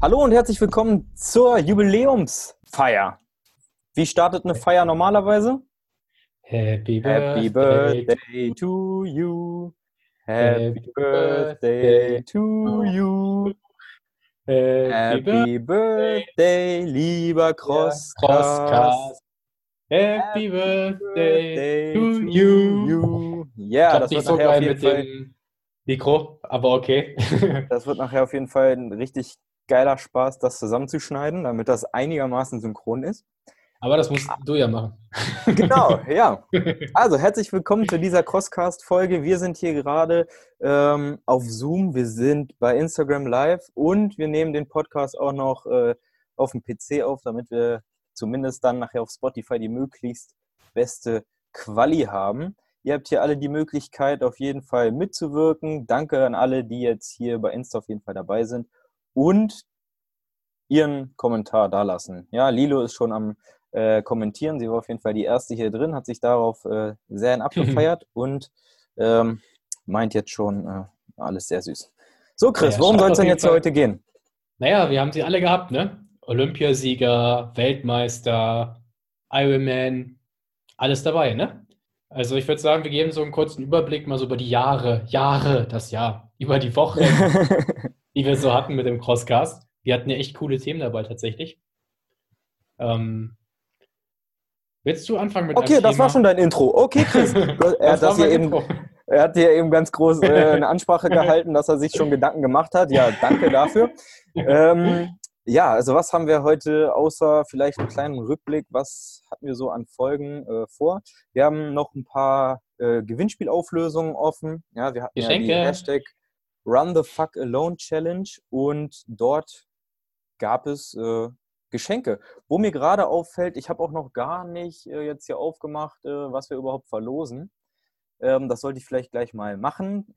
Hallo und herzlich willkommen zur Jubiläumsfeier. Wie startet eine Feier normalerweise? Happy Happy Birthday, Birthday to you. Happy Happy Birthday Birthday to to you. you. Happy Happy Birthday, Birthday, lieber dear Crosscast. Crosscast. Happy Happy Birthday Birthday to to you. you. Ja, Klappt das nicht wird so nachher auf geil jeden mit Fall, dem Mikro, aber okay. das wird nachher auf jeden Fall ein richtig geiler Spaß, das zusammenzuschneiden, damit das einigermaßen synchron ist. Aber das musst du ja machen. Genau, ja. Also, herzlich willkommen zu dieser Crosscast-Folge. Wir sind hier gerade auf Zoom, wir sind bei Instagram Live und wir nehmen den Podcast auch noch auf dem PC auf, damit wir zumindest dann nachher auf Spotify die möglichst beste Quali haben. Ihr habt hier alle die Möglichkeit, auf jeden Fall mitzuwirken. Danke an alle, die jetzt hier bei Insta auf jeden Fall dabei sind und ihren Kommentar dalassen. Ja, Lilo ist schon am kommentieren. Sie war auf jeden Fall die erste hier drin, hat sich darauf sehr abgefeiert und meint jetzt schon alles sehr süß. So, Chris, Naja, worum schreibt soll es auf denn jeden jetzt hier Fall. heute gehen? Naja, wir haben sie alle gehabt, ne? Olympiasieger, Weltmeister, Ironman, alles dabei, ne? Also ich würde sagen, wir geben so einen kurzen Überblick mal so über die das Jahr, über die Wochen, die wir so hatten mit dem Crosscast. Wir hatten ja echt coole Themen dabei tatsächlich. Ähm, Willst du anfangen mit einem Okay, das war schon Thema? dein Intro. Okay, Chris. Er hat Das war das hier mein eben, Intro. er hat hier eben ganz groß eine Ansprache gehalten, dass er sich schon Gedanken gemacht hat. Ja, danke dafür. Ja, also was haben wir heute außer vielleicht einen kleinen Rückblick? Was hatten wir so an Folgen vor? Wir haben noch ein paar Gewinnspielauflösungen offen. Ja, wir hatten ja die Geschenke. Hashtag Run the Fuck Alone Challenge und dort gab es Geschenke. Wo mir gerade auffällt, ich habe auch noch gar nicht jetzt hier aufgemacht, was wir überhaupt verlosen. Das sollte ich vielleicht gleich mal machen.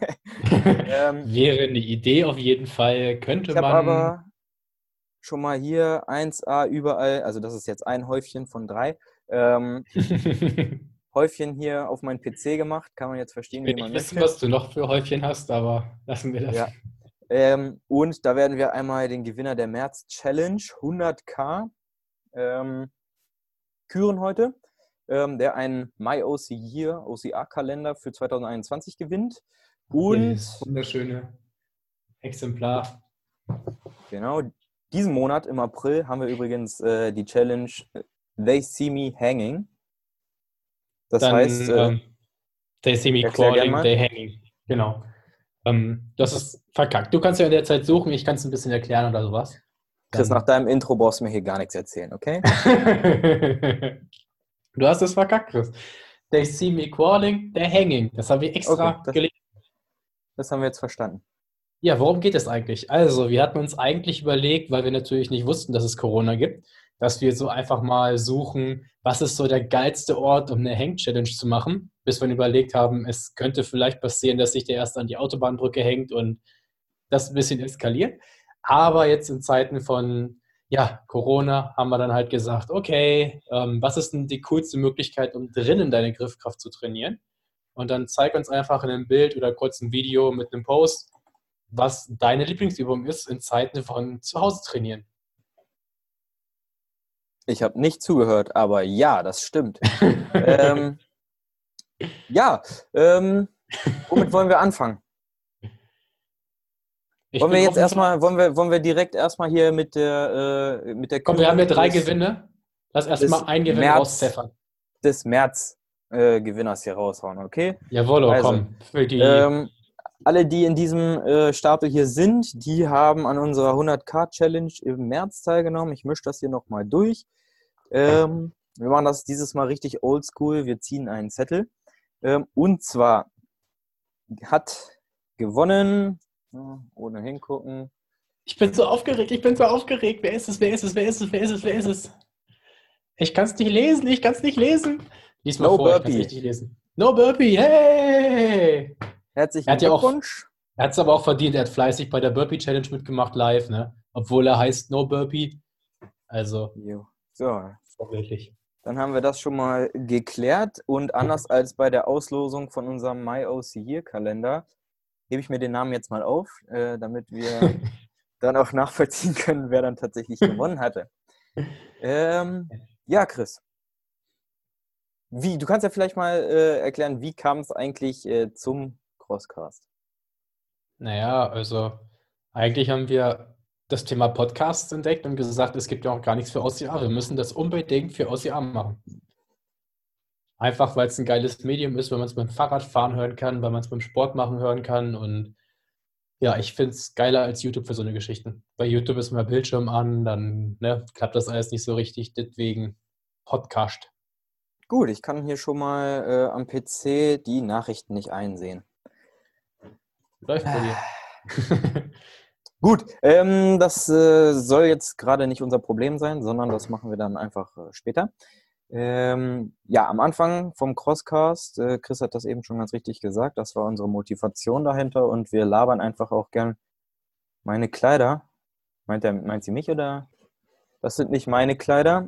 ähm, Wäre eine Idee auf jeden Fall. Könnte Ich habe man. aber schon mal hier 1A überall, also das ist jetzt ein Häufchen von 3, ähm, Häufchen hier auf meinen PC gemacht. Kann man jetzt Ich verstehen, will wie man nicht wissen, möchte. was du noch für Häufchen hast, aber lassen wir das. Ja. Und da werden wir einmal den Gewinner der März-Challenge 100k küren heute, der einen My OC Year OCR-Kalender für 2021 gewinnt. Dieses Und wunderschöne Exemplar. genau, diesen Monat im April haben wir übrigens die Challenge They See Me Hanging. Das heißt, Dann They see me erklär gern crawling, mal. they hanging. Genau. Das ist verkackt. Du kannst ja in der Zeit suchen, ich kann es ein bisschen erklären oder sowas. Chris, nach Dann. deinem Intro brauchst du mir hier gar nichts erzählen, okay? Du hast es verkackt, Chris. They see me crawling, they're hanging. Das habe ich Okay, extra das, gelesen. das haben wir jetzt verstanden. Ja, worum geht es eigentlich? Also, wir hatten uns eigentlich überlegt, weil wir natürlich nicht wussten, dass es Corona gibt, dass wir so einfach mal suchen, was ist so der geilste Ort, um eine Hang-Challenge zu machen, bis wir überlegt haben, es könnte vielleicht passieren, dass sich der erst an die Autobahnbrücke hängt und das ein bisschen eskaliert. Aber jetzt in Zeiten von ja, Corona haben wir dann halt gesagt, okay, was ist denn die coolste Möglichkeit, um drinnen deine Griffkraft zu trainieren? Und dann zeig uns einfach in einem Bild oder kurz ein Video mit einem Post, was deine Lieblingsübung ist in Zeiten von zu Hause trainieren. Ich habe nicht zugehört, aber ja, das stimmt. Ähm, ja, womit wollen wir anfangen? Ich Wollen wir bin jetzt offen für erstmal, alles. wollen wir direkt erstmal hier mit der Komm, wir haben ja Kürung drei Gewinne. Lass des erstmal einen Gewinn März, rauspfeffern. des März Gewinners hier raushauen, okay? Jawollo, Also, komm. Für die. ähm, alle, die in diesem Stapel hier sind, die haben an unserer 100k-Challenge im März teilgenommen. Ich mische das hier nochmal durch. Wir machen das dieses Mal richtig oldschool. Wir ziehen einen Zettel. Und zwar hat gewonnen, ohne hingucken. Ich bin so aufgeregt, ich bin so aufgeregt. Wer ist es? Wer ist es? Wer ist es? Wer ist es? Wer ist es? Ich kann es nicht lesen, ich kann es nicht lesen. Lies mal No vor, ich kann es Burpee. echt nicht lesen. No Burpee, hey! Er Herzlichen hat ja auch, Glückwunsch. er hat es aber auch verdient, er hat fleißig bei der Burpee Challenge mitgemacht live, ne? Obwohl er heißt No Burpee. Also, Jo. So, vorbildlich. dann haben wir das schon mal geklärt. Und anders als bei der Auslosung von unserem My OC Year Kalender, hebe ich mir den Namen jetzt mal auf, damit wir dann auch nachvollziehen können, wer dann tatsächlich gewonnen hatte. Ja, Chris. Du kannst ja vielleicht mal erklären, wie kam es eigentlich zum Crosscast? Naja, also eigentlich haben wir das Thema Podcasts entdeckt und gesagt, es gibt ja auch gar nichts für OCR. Wir müssen das unbedingt für OCR machen. Einfach, weil es ein geiles Medium ist, weil man es beim Fahrradfahren hören kann, weil man es beim Sport machen hören kann. Und ja, ich finde es geiler als YouTube für so eine Geschichten. Bei YouTube ist mal Bildschirm an, dann klappt das alles nicht so richtig. Deswegen Podcast. Gut, ich kann hier schon mal am PC die Nachrichten nicht einsehen. Läuft bei dir. Gut, das soll jetzt gerade nicht unser Problem sein, sondern das machen wir dann einfach später. Ja, am Anfang vom Crosscast, Chris hat das eben schon ganz richtig gesagt, das war unsere Motivation dahinter und wir labern einfach auch gern meine Kleider. Meint sie mich oder? Das sind nicht meine Kleider.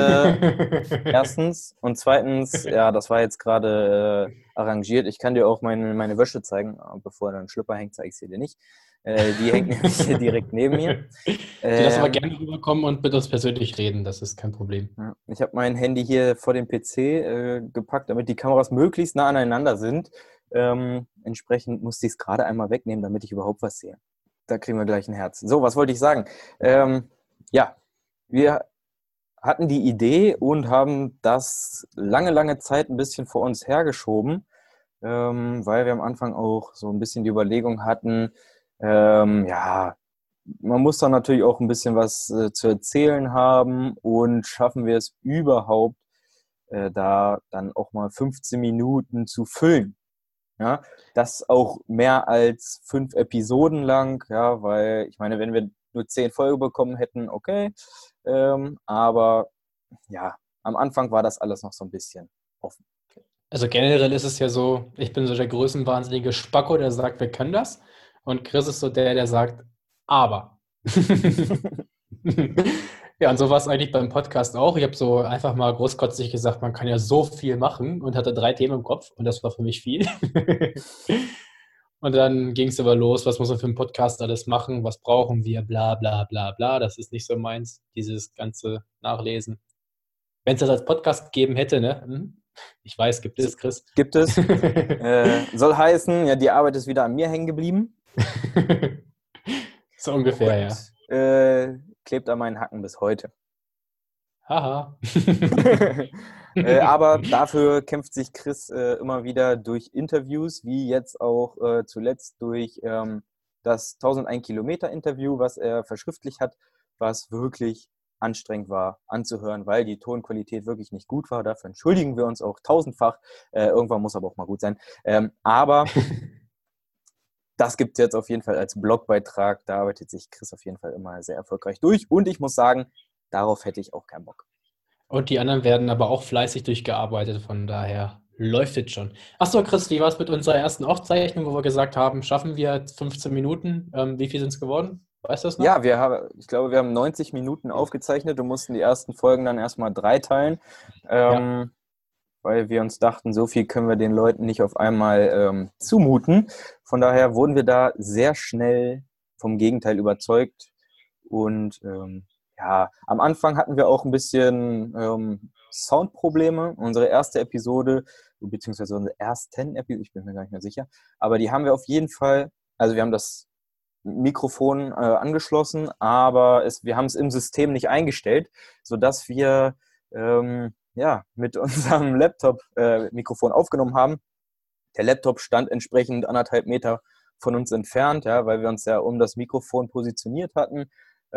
Erstens. Und zweitens, ja, das war jetzt gerade arrangiert. Ich kann dir auch meine Wäsche zeigen, bevor da ein Schlüpper hängt, zeige ich sie dir nicht. Die hängt nämlich hier direkt neben mir. Du darfst aber gerne rüberkommen und mit uns persönlich reden, das ist kein Problem. Ja, ich habe mein Handy hier vor den PC gepackt, damit die Kameras möglichst nah aneinander sind. Entsprechend musste ich es gerade einmal wegnehmen, damit ich überhaupt was sehe. Da kriegen wir gleich ein Herz. So, was wollte ich sagen? Ja, wir hatten die Idee und haben das lange Zeit ein bisschen vor uns hergeschoben, weil wir am Anfang auch so ein bisschen die Überlegung hatten, ja, man muss dann natürlich auch ein bisschen was zu erzählen haben und schaffen wir es überhaupt, da dann auch mal 15 Minuten zu füllen. Ja, das auch mehr als 5 Episoden lang, ja, weil ich meine, wenn wir nur 10 Folgen bekommen hätten, okay, aber ja, am Anfang war das alles noch so ein bisschen offen. Also generell ist es ja so, ich bin so der größenwahnsinnige Spacko, der sagt, wir können das. Und Chris ist so der sagt, aber. Ja, und so war es eigentlich beim Podcast auch. Ich habe so einfach mal großkotzig gesagt, man kann ja so viel machen und hatte 3 Themen im Kopf und das war für mich viel. Und dann ging es aber los, was muss man für einen Podcast alles machen, was brauchen wir, bla bla bla bla. Das ist nicht so meins, dieses ganze Nachlesen. Wenn es das als Podcast gegeben hätte, ne? Ich weiß, gibt es, Chris. Gibt es. Soll heißen, ja, die Arbeit ist wieder an mir hängen geblieben. So ungefähr, und, klebt an meinen Hacken bis heute. Haha. Aber dafür kämpft sich Chris immer wieder durch Interviews, wie jetzt auch zuletzt durch das 1001 Kilometer Interview, was er verschriftlicht hat, was wirklich anstrengend war anzuhören, weil die Tonqualität wirklich nicht gut war. Dafür entschuldigen wir uns auch tausendfach. Irgendwann muss aber auch mal gut sein. Aber das gibt es jetzt auf jeden Fall als Blogbeitrag. Da arbeitet sich Chris auf jeden Fall immer sehr erfolgreich durch. Und ich muss sagen, darauf hätte ich auch keinen Bock. Und die anderen werden aber auch fleißig durchgearbeitet, von daher läuft es schon. Achso, Chris, wie war es mit unserer ersten Aufzeichnung, wo wir gesagt haben, schaffen wir 15 Minuten? Wie viel sind es geworden? Weißt du das noch? Ja, ich glaube, wir haben 90 Minuten aufgezeichnet und mussten die ersten Folgen dann erstmal 3 teilen, weil wir uns dachten, so viel können wir den Leuten nicht auf einmal zumuten. Von daher wurden wir da sehr schnell vom Gegenteil überzeugt. Und ja, am Anfang hatten wir auch ein bisschen Soundprobleme. Unsere erste Episode, beziehungsweise unsere ersten Episode, ich bin mir gar nicht mehr sicher, aber die haben wir auf jeden Fall, also wir haben das Mikrofon angeschlossen, aber wir haben es im System nicht eingestellt, sodass wir mit unserem Laptop-Mikrofon aufgenommen haben. Der Laptop stand entsprechend 1,5 Meter von uns entfernt, ja, weil wir uns ja um das Mikrofon positioniert hatten.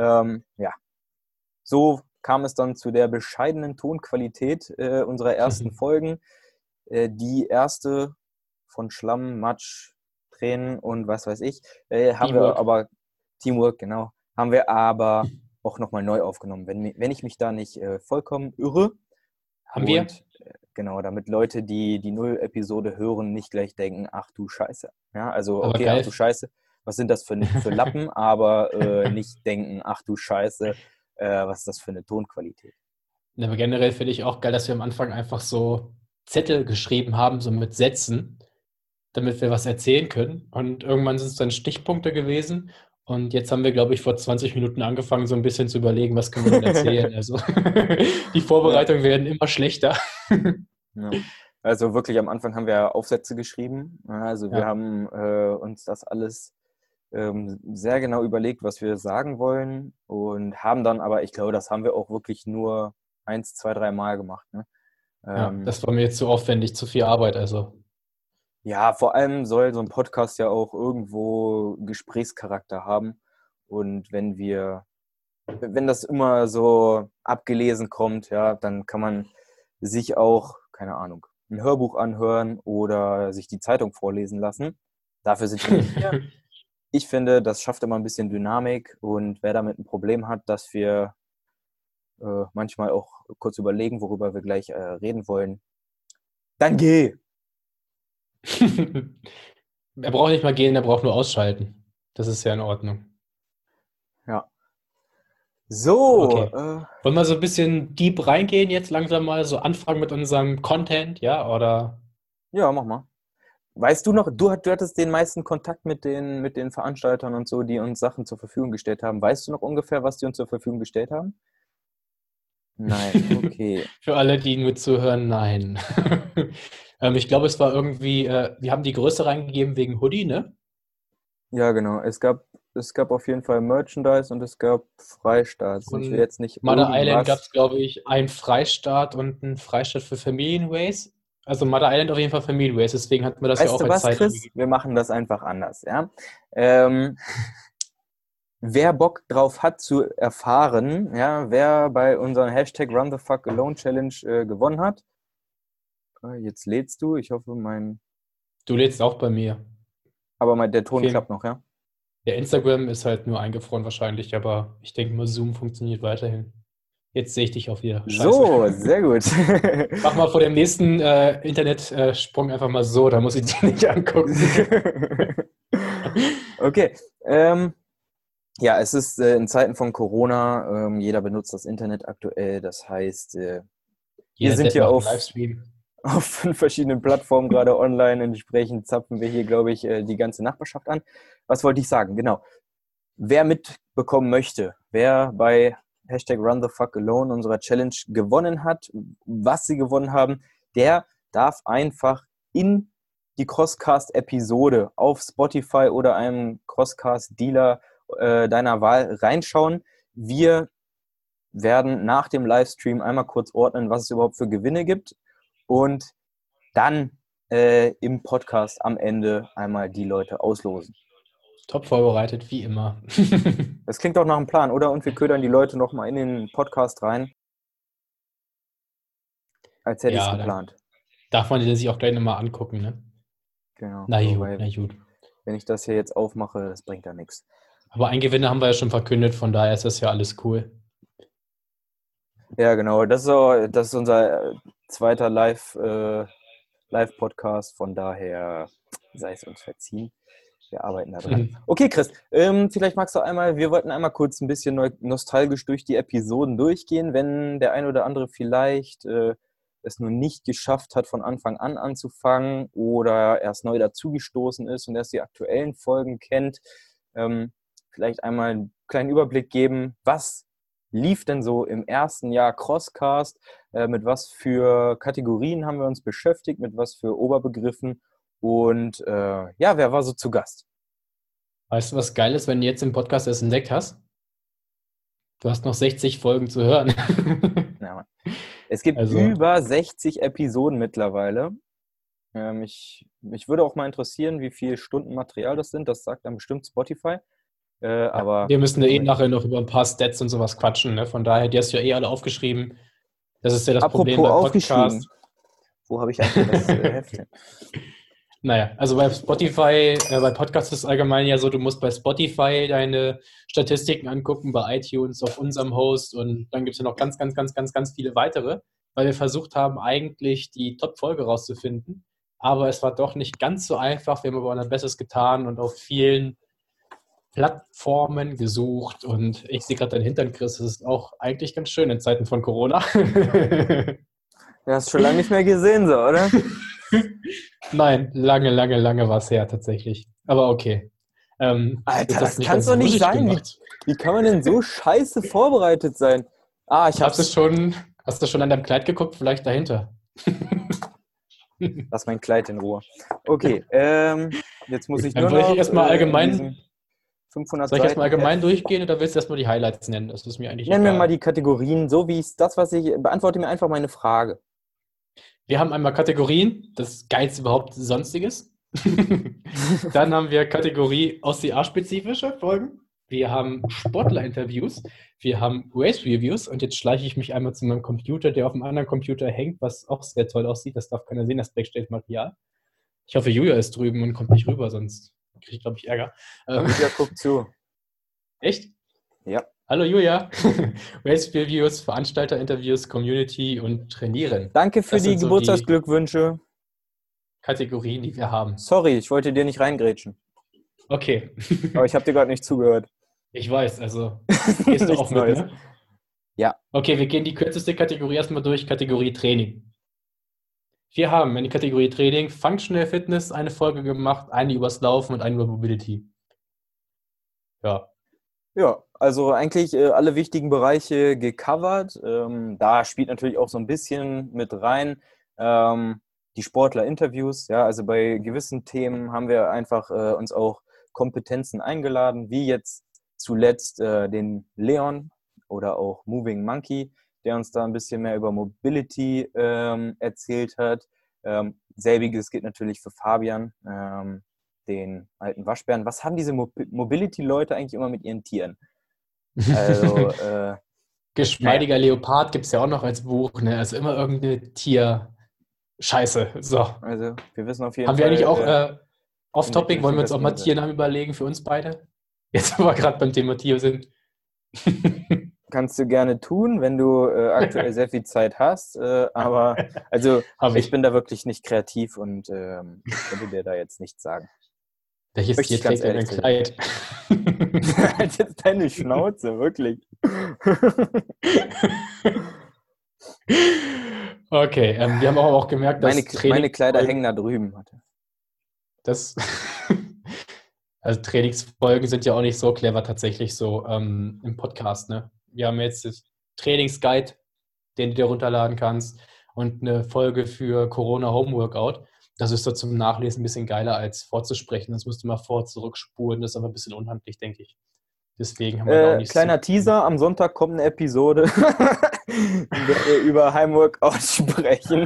So kam es dann zu der bescheidenen Tonqualität unserer ersten Folgen. Die erste von Schlamm, Matsch, Tränen und was weiß ich, haben wir aber, Teamwork, genau, haben wir aber auch nochmal neu aufgenommen, wenn ich mich da nicht vollkommen irre. Haben wir? Genau, damit Leute, die die Null-Episode hören, nicht gleich denken, ach du Scheiße. Ja, also Aber okay, geil. ach du Scheiße, was sind das für Lappen, aber nicht denken, ach du Scheiße, was ist das für eine Tonqualität. Aber generell finde ich auch geil, dass wir am Anfang einfach so Zettel geschrieben haben, so mit Sätzen, damit wir was erzählen können. Und irgendwann sind es dann Stichpunkte gewesen. Und jetzt haben wir, glaube ich, vor 20 Minuten angefangen, so ein bisschen zu überlegen, was können wir denn erzählen. Also die Ja, Vorbereitungen werden immer schlechter. ja. Also wirklich am Anfang haben wir Aufsätze geschrieben. Ja, also wir Ja, haben uns das alles sehr genau überlegt, was wir sagen wollen und haben dann aber, ich glaube, das haben wir auch wirklich nur 1, 2, 3 Mal gemacht. Ne? ja, Ähm, das war mir jetzt zu aufwendig, zu viel Arbeit. Also ja, vor allem soll so ein Podcast ja auch irgendwo Gesprächscharakter haben. Und wenn das immer so abgelesen kommt, ja, dann kann man sich auch, keine Ahnung, ein Hörbuch anhören oder sich die Zeitung vorlesen lassen. Dafür sind wir nicht hier. Ich finde, das schafft immer ein bisschen Dynamik und wer damit ein Problem hat, dass wir manchmal auch kurz überlegen, worüber wir gleich reden wollen, dann geh! er braucht nicht mal gehen, er braucht nur ausschalten. Das ist ja in Ordnung. Ja. So, Okay. Wollen wir so ein bisschen deep reingehen jetzt langsam mal, so anfangen mit unserem Content, ja? Oder ja, mach mal. Weißt du noch, du hattest den meisten Kontakt mit den Veranstaltern und so, die uns Sachen zur Verfügung gestellt haben. Weißt du noch ungefähr, was die uns zur Verfügung gestellt haben? Nein, okay. für alle, die nur zuhören, nein. Ich glaube, es war irgendwie, wir haben die Größe reingegeben wegen Hoodie, ne? Ja, genau. Es gab auf jeden Fall Merchandise und es gab Freistarts. Ich will Von jetzt nicht Mother Island gab irgendwas. es, glaube ich, einen Freistaat und einen Freistaat für Familienways. Also Mother Island auf jeden Fall Familienways, deswegen hatten wir das ja Weißt auch du als was, Zeit Chris? angegeben. Wir machen das einfach anders, ja? Ähm, wer Bock drauf hat zu erfahren, ja, wer bei unserem Hashtag Run the Fuck Alone Challenge gewonnen hat. Jetzt lädst du. Ich hoffe, Du lädst auch bei mir. der Auf Ton jeden klappt noch, ja? Der Instagram ist halt nur eingefroren wahrscheinlich, aber ich denke mal, Zoom funktioniert weiterhin. Jetzt sehe ich dich auch wieder. Scheiße. So, sehr gut. Mach mal vor dem nächsten Internetsprung einfach mal so, da muss ich dich nicht angucken. Okay. Ja, es ist in Zeiten von Corona, jeder benutzt das Internet aktuell. Das heißt, wir Jeder sind Depp hier macht einen Livestream. auf 5 verschiedenen Plattformen gerade online. Entsprechend zapfen wir hier, glaube ich, die ganze Nachbarschaft an. Was wollte ich sagen? Genau. Wer mitbekommen möchte, wer bei Hashtag Run the Fuck Alone unserer Challenge gewonnen hat, was sie gewonnen haben, der darf einfach in die Crosscast-Episode auf Spotify oder einem Crosscast-Dealer deiner Wahl reinschauen. Wir werden nach dem Livestream einmal kurz ordnen, was es überhaupt für Gewinne gibt und dann im Podcast am Ende einmal die Leute auslosen. Top vorbereitet, wie immer. Das klingt doch nach einem Plan, oder? Und wir ködern die Leute nochmal in den Podcast rein, als hätte ich es Ja, dann geplant. darf man den sich auch gleich nochmal angucken, ne? Genau, Na so, gut, weil na gut. wenn ich das hier jetzt aufmache, das bringt ja nichts. Aber einen Gewinner haben wir ja schon verkündet, von daher ist das ja alles cool. Ja, genau, das ist unser zweiter Live-Podcast, von daher sei es uns verziehen. Wir arbeiten da dran. Okay, Chris, vielleicht magst du einmal, wir wollten einmal kurz ein bisschen nostalgisch durch die Episoden durchgehen, wenn der ein oder andere vielleicht es nur nicht geschafft hat, von Anfang an anzufangen oder erst neu dazugestoßen ist und erst die aktuellen Folgen kennt. Vielleicht einmal einen kleinen Überblick geben, was lief denn so im ersten Jahr Crosscast, mit was für Kategorien haben wir uns beschäftigt, mit was für Oberbegriffen und ja, wer war so zu Gast? Weißt du, was geil ist, wenn du jetzt den Podcast erst entdeckt hast? Du hast noch 60 Folgen zu hören. Ja, es gibt Also, über 60 Episoden mittlerweile. Mich würde auch mal interessieren, wie viele Stunden Material das sind. Das sagt dann bestimmt Spotify. ja, Aber wir müssen ja eh damit. nachher noch über ein paar Stats und sowas quatschen. Ne? Von daher, die hast du ja eh alle aufgeschrieben. Das ist ja das Problem Apropos bei aufgeschrieben, Podcasts. wo habe ich eigentlich das Heftchen? Naja, also bei Spotify, bei Podcasts ist es allgemein ja so, du musst bei Spotify deine Statistiken angucken, bei iTunes, auf unserem Host und dann gibt es ja noch ganz, ganz, ganz, ganz, ganz viele weitere, weil wir versucht haben, eigentlich die Top-Folge rauszufinden. Aber es war doch nicht ganz so einfach. Wir haben aber unser Bestes getan und auf vielen Plattformen gesucht. Und ich sehe gerade deinen Hintern, Chris. Das ist auch eigentlich ganz schön in Zeiten von Corona. Du hast schon lange nicht mehr gesehen, so, oder? Nein, lange, lange, lange war es her tatsächlich. Aber okay. Alter, jetzt hast das du mich kann's ganz doch nicht wuschig sein. gemacht. Wie kann man denn so scheiße vorbereitet sein? Ich Hast du hab's. schon an deinem Kleid geguckt? Vielleicht dahinter. Lass mein Kleid in Ruhe. Okay, jetzt muss Gut, ich dann nur würde ich noch erstmal in diesen 500 soll ich erstmal Seiten allgemein Heft. durchgehen oder willst du erstmal die Highlights nennen? Das ist mir eigentlich Nenn mir mal egal. die Kategorien, so wie es das, was ich. Beantworte mir einfach meine Frage. Wir haben einmal Kategorien, das Geilste überhaupt Sonstiges. Dann haben wir Kategorie OCR-spezifische Folgen. Wir haben Sportler-Interviews. Wir haben Race-Reviews. Und jetzt schleiche ich mich einmal zu meinem Computer, der auf einem anderen Computer hängt, was auch sehr toll aussieht. Das darf keiner sehen, das Backstage-Material. Ich hoffe, Julia ist drüben und kommt nicht rüber, sonst kriege ich, glaube ich, Ärger. Julia, guck zu. Echt? Ja. Hallo Julia. Race-Reviews, Veranstalter-Interviews, Community und Trainieren. Danke für Das die sind so die Geburtstagsglückwünsche. Kategorien, die wir haben. Sorry, ich wollte dir nicht reingrätschen. Okay. Aber ich habe dir gerade nicht zugehört. Ich weiß, also gehst du auch Nichts mit, Neues. ne? Ja. Okay, wir gehen die kürzeste Kategorie erstmal durch, Kategorie Training. Wir haben in die Kategorie Training Functional Fitness eine Folge gemacht, eine übers Laufen und eine über Mobility. Ja. Ja, also eigentlich alle wichtigen Bereiche gecovert. Da spielt natürlich auch so ein bisschen mit rein die Sportler-Interviews. Ja, also bei gewissen Themen haben wir einfach uns auch Kompetenzen eingeladen, wie jetzt zuletzt den Leon oder auch Moving Monkey, der uns da ein bisschen mehr über Mobility erzählt hat. Selbiges gilt natürlich für Fabian. Den alten Waschbären. Was haben diese Mobility-Leute eigentlich immer mit ihren Tieren? Also, Geschmeidiger Leopard gibt es ja auch noch als Buch, ne? Also immer irgendeine Tier-Scheiße. So. also wir wissen auf jeden Haben wir Fall, eigentlich auch in Off-Topic, welche wollen wir uns auch Richtung mal das geht. Tiernamen überlegen für uns beide? Jetzt, wo wir gerade beim Thema Tier sind. Kannst du gerne tun, wenn du aktuell sehr viel Zeit hast. Aber also Habe ich ich. bin da wirklich nicht kreativ und könnte dir da jetzt nichts sagen. Welches Möchte Tier ich ganz trägt denn ehrlich ein zu dir. Kleid? Halt jetzt deine Schnauze, wirklich. Okay, wir haben aber auch gemerkt, dass Meine Kleider hängen Trainingsfolgen, da drüben. Warte. das, also Trainingsfolgen sind ja auch nicht so clever tatsächlich so im Podcast, ne? Wir haben jetzt das Trainingsguide, den du dir runterladen kannst und eine Folge für Corona Home Workout. Das ist so zum Nachlesen ein bisschen geiler als vorzusprechen. Das musst du mal vor, zurückspulen. Das ist aber ein bisschen unhandlich, denke ich. Deswegen haben wir da auch nicht so. Kleiner Teaser, am Sonntag kommt eine Episode, in der wir über Heimworkout sprechen.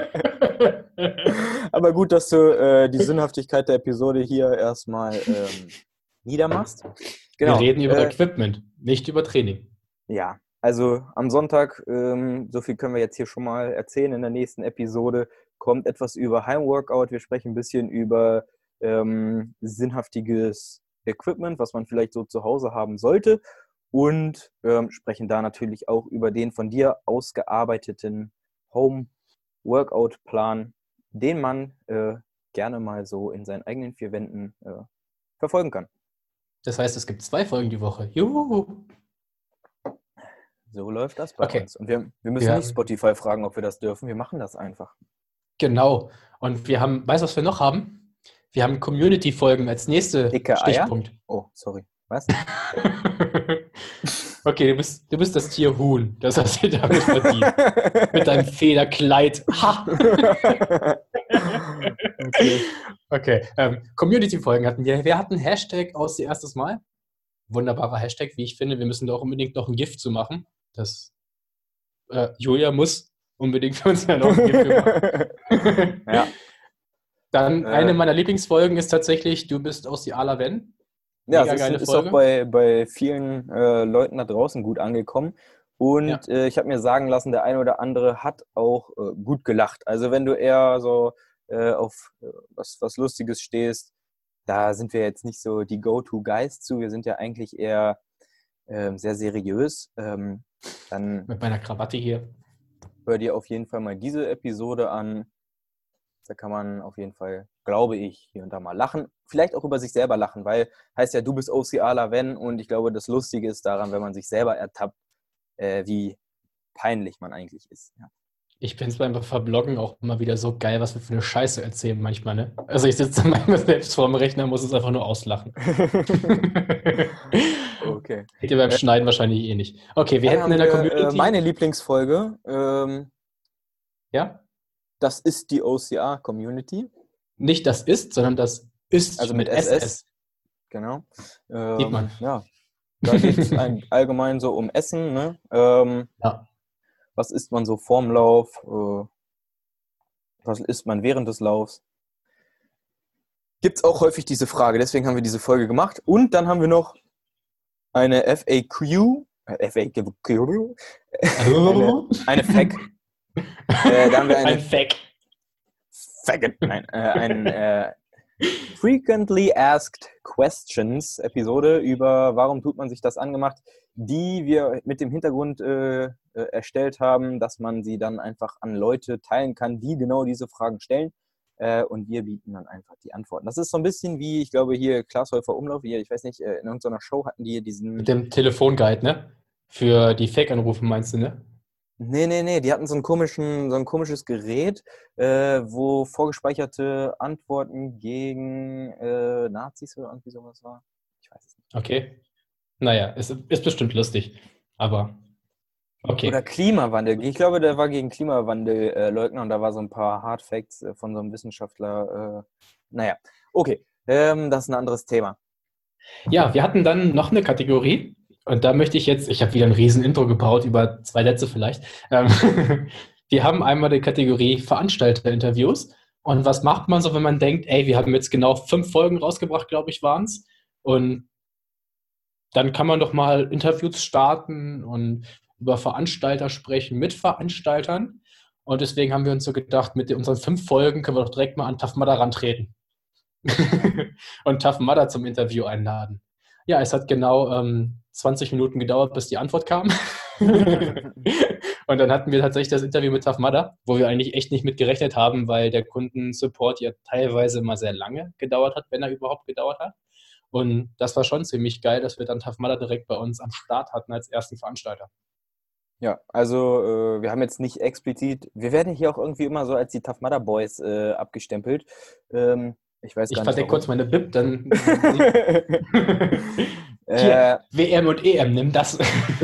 Aber gut, dass du die Sinnhaftigkeit der Episode hier erstmal niedermachst. Wir Genau. reden über Equipment, nicht über Training. Ja, also am Sonntag, so viel können wir jetzt hier schon mal erzählen, in der nächsten Episode kommt etwas über Heimworkout. Wir sprechen ein bisschen über sinnhaftiges Equipment, was man vielleicht so zu Hause haben sollte. Und sprechen da natürlich auch über den von dir ausgearbeiteten Home-Workout-Plan, den man gerne mal so in seinen eigenen vier Wänden verfolgen kann. Das heißt, es gibt 2 Folgen die Woche. Juhu! So läuft das bei Okay. uns. Und wir müssen Ja. nicht Spotify fragen, ob wir das dürfen. Wir machen das einfach. Genau. Und wir haben, weißt du, was wir noch haben? Wir haben Community-Folgen als nächste Dicke Eier? Stichpunkt. Oh, sorry. Was? Okay, du bist das Tier Huhn. Das hast du damit verdient. Mit deinem Federkleid. Ha! Okay. Community-Folgen hatten wir. Wir hatten Hashtag aus ihr erstes Mal. Wunderbarer Hashtag, wie ich finde. Wir müssen da auch unbedingt noch ein Gift zu machen. Das Julia muss unbedingt für uns ja noch ein Gift für machen. Ja. Dann eine meiner Lieblingsfolgen ist tatsächlich Du bist aus die Alaven. Ja, Mega es geile ist Folge. auch bei vielen Leuten da draußen gut angekommen. Und ich habe mir sagen lassen, der eine oder andere hat auch gut gelacht. Also wenn du eher so auf was Lustiges stehst, da sind wir jetzt nicht so die Go-To-Guys zu. Wir sind ja eigentlich eher sehr seriös. Dann Mit meiner Krawatte hier. hör dir auf jeden Fall mal diese Episode an. Da kann man auf jeden Fall, glaube ich, hier und da mal lachen. Vielleicht auch über sich selber lachen, weil heißt ja, du bist OCRler, wenn. Und ich glaube, das Lustige ist daran, wenn man sich selber ertappt, wie peinlich man eigentlich ist. Ja. Ich finde es beim Verbloggen auch immer wieder so geil, was wir für eine Scheiße erzählen manchmal, ne? Also ich sitze manchmal selbst vor dem Rechner und muss es einfach nur auslachen. Okay. Geht ihr beim Schneiden wahrscheinlich eh nicht. Okay, wir Dann hätten haben in der wir meine Community, Lieblingsfolge. ja, Das ist die OCR-Community. nicht das ist, sondern das ist Also mit mit SS. SS. Genau. Sieht man. Ja, da geht es allgemein so um Essen. Ne? Ja. Was isst man so vorm Lauf? Was isst man während des Laufs? Gibt es auch häufig diese Frage. Deswegen haben wir diese Folge gemacht. Und dann haben wir noch eine FAQ. Eine FAQ. Da haben wir Ein eine Fact. ein Frequently Asked Questions Episode über warum tut man sich das angemacht, die wir mit dem Hintergrund erstellt haben, dass man sie dann einfach an Leute teilen kann, die genau diese Fragen stellen. Und wir bieten dann einfach die Antworten. Das ist so ein bisschen wie, ich glaube, hier Klaas Häufer Umlauf, ich weiß nicht, in irgendeiner Show hatten die Mit diesen. dem Telefonguide, ne? Für die Fake-Anrufe meinst du, ne? Nee, die hatten so ein komisches Gerät, wo vorgespeicherte Antworten gegen Nazis oder irgendwie sowas war. Ich weiß es nicht. Okay. Naja, ist bestimmt lustig. Aber Oder okay. Klimawandel. Ich glaube, der war gegen Klimawandelleugner und da war so ein paar Hard Facts von so einem Wissenschaftler. Naja, okay. Das ist ein anderes Thema. Ja, wir hatten dann noch eine Kategorie. Und da möchte ich habe wieder ein riesen Intro gebaut, über 2 Sätze vielleicht. Wir haben einmal die Kategorie Veranstalterinterviews. Und was macht man so, wenn man denkt, ey, wir haben jetzt genau 5 Folgen rausgebracht, glaube ich, waren es. Und dann kann man doch mal Interviews starten und über Veranstalter sprechen mit Veranstaltern. Und deswegen haben wir uns so gedacht, mit unseren 5 Folgen können wir doch direkt mal an Tough Mudder rantreten. Und Tough Mudder zum Interview einladen. Ja, es hat genau 20 Minuten gedauert, bis die Antwort kam. Und dann hatten wir tatsächlich das Interview mit Tough Mudder, wo wir eigentlich echt nicht mit gerechnet haben, weil der Kundensupport ja teilweise immer sehr lange gedauert hat, wenn er überhaupt gedauert hat. Und das war schon ziemlich geil, dass wir dann Tough Mudder direkt bei uns am Start hatten als ersten Veranstalter. Ja, also wir haben jetzt nicht explizit, wir werden hier auch irgendwie immer so als die Tough Mudder Boys abgestempelt. Ich weiß Ich gar nicht verdecke kurz warum. meine Bib, dann hier, äh, WM und EM, nimm das.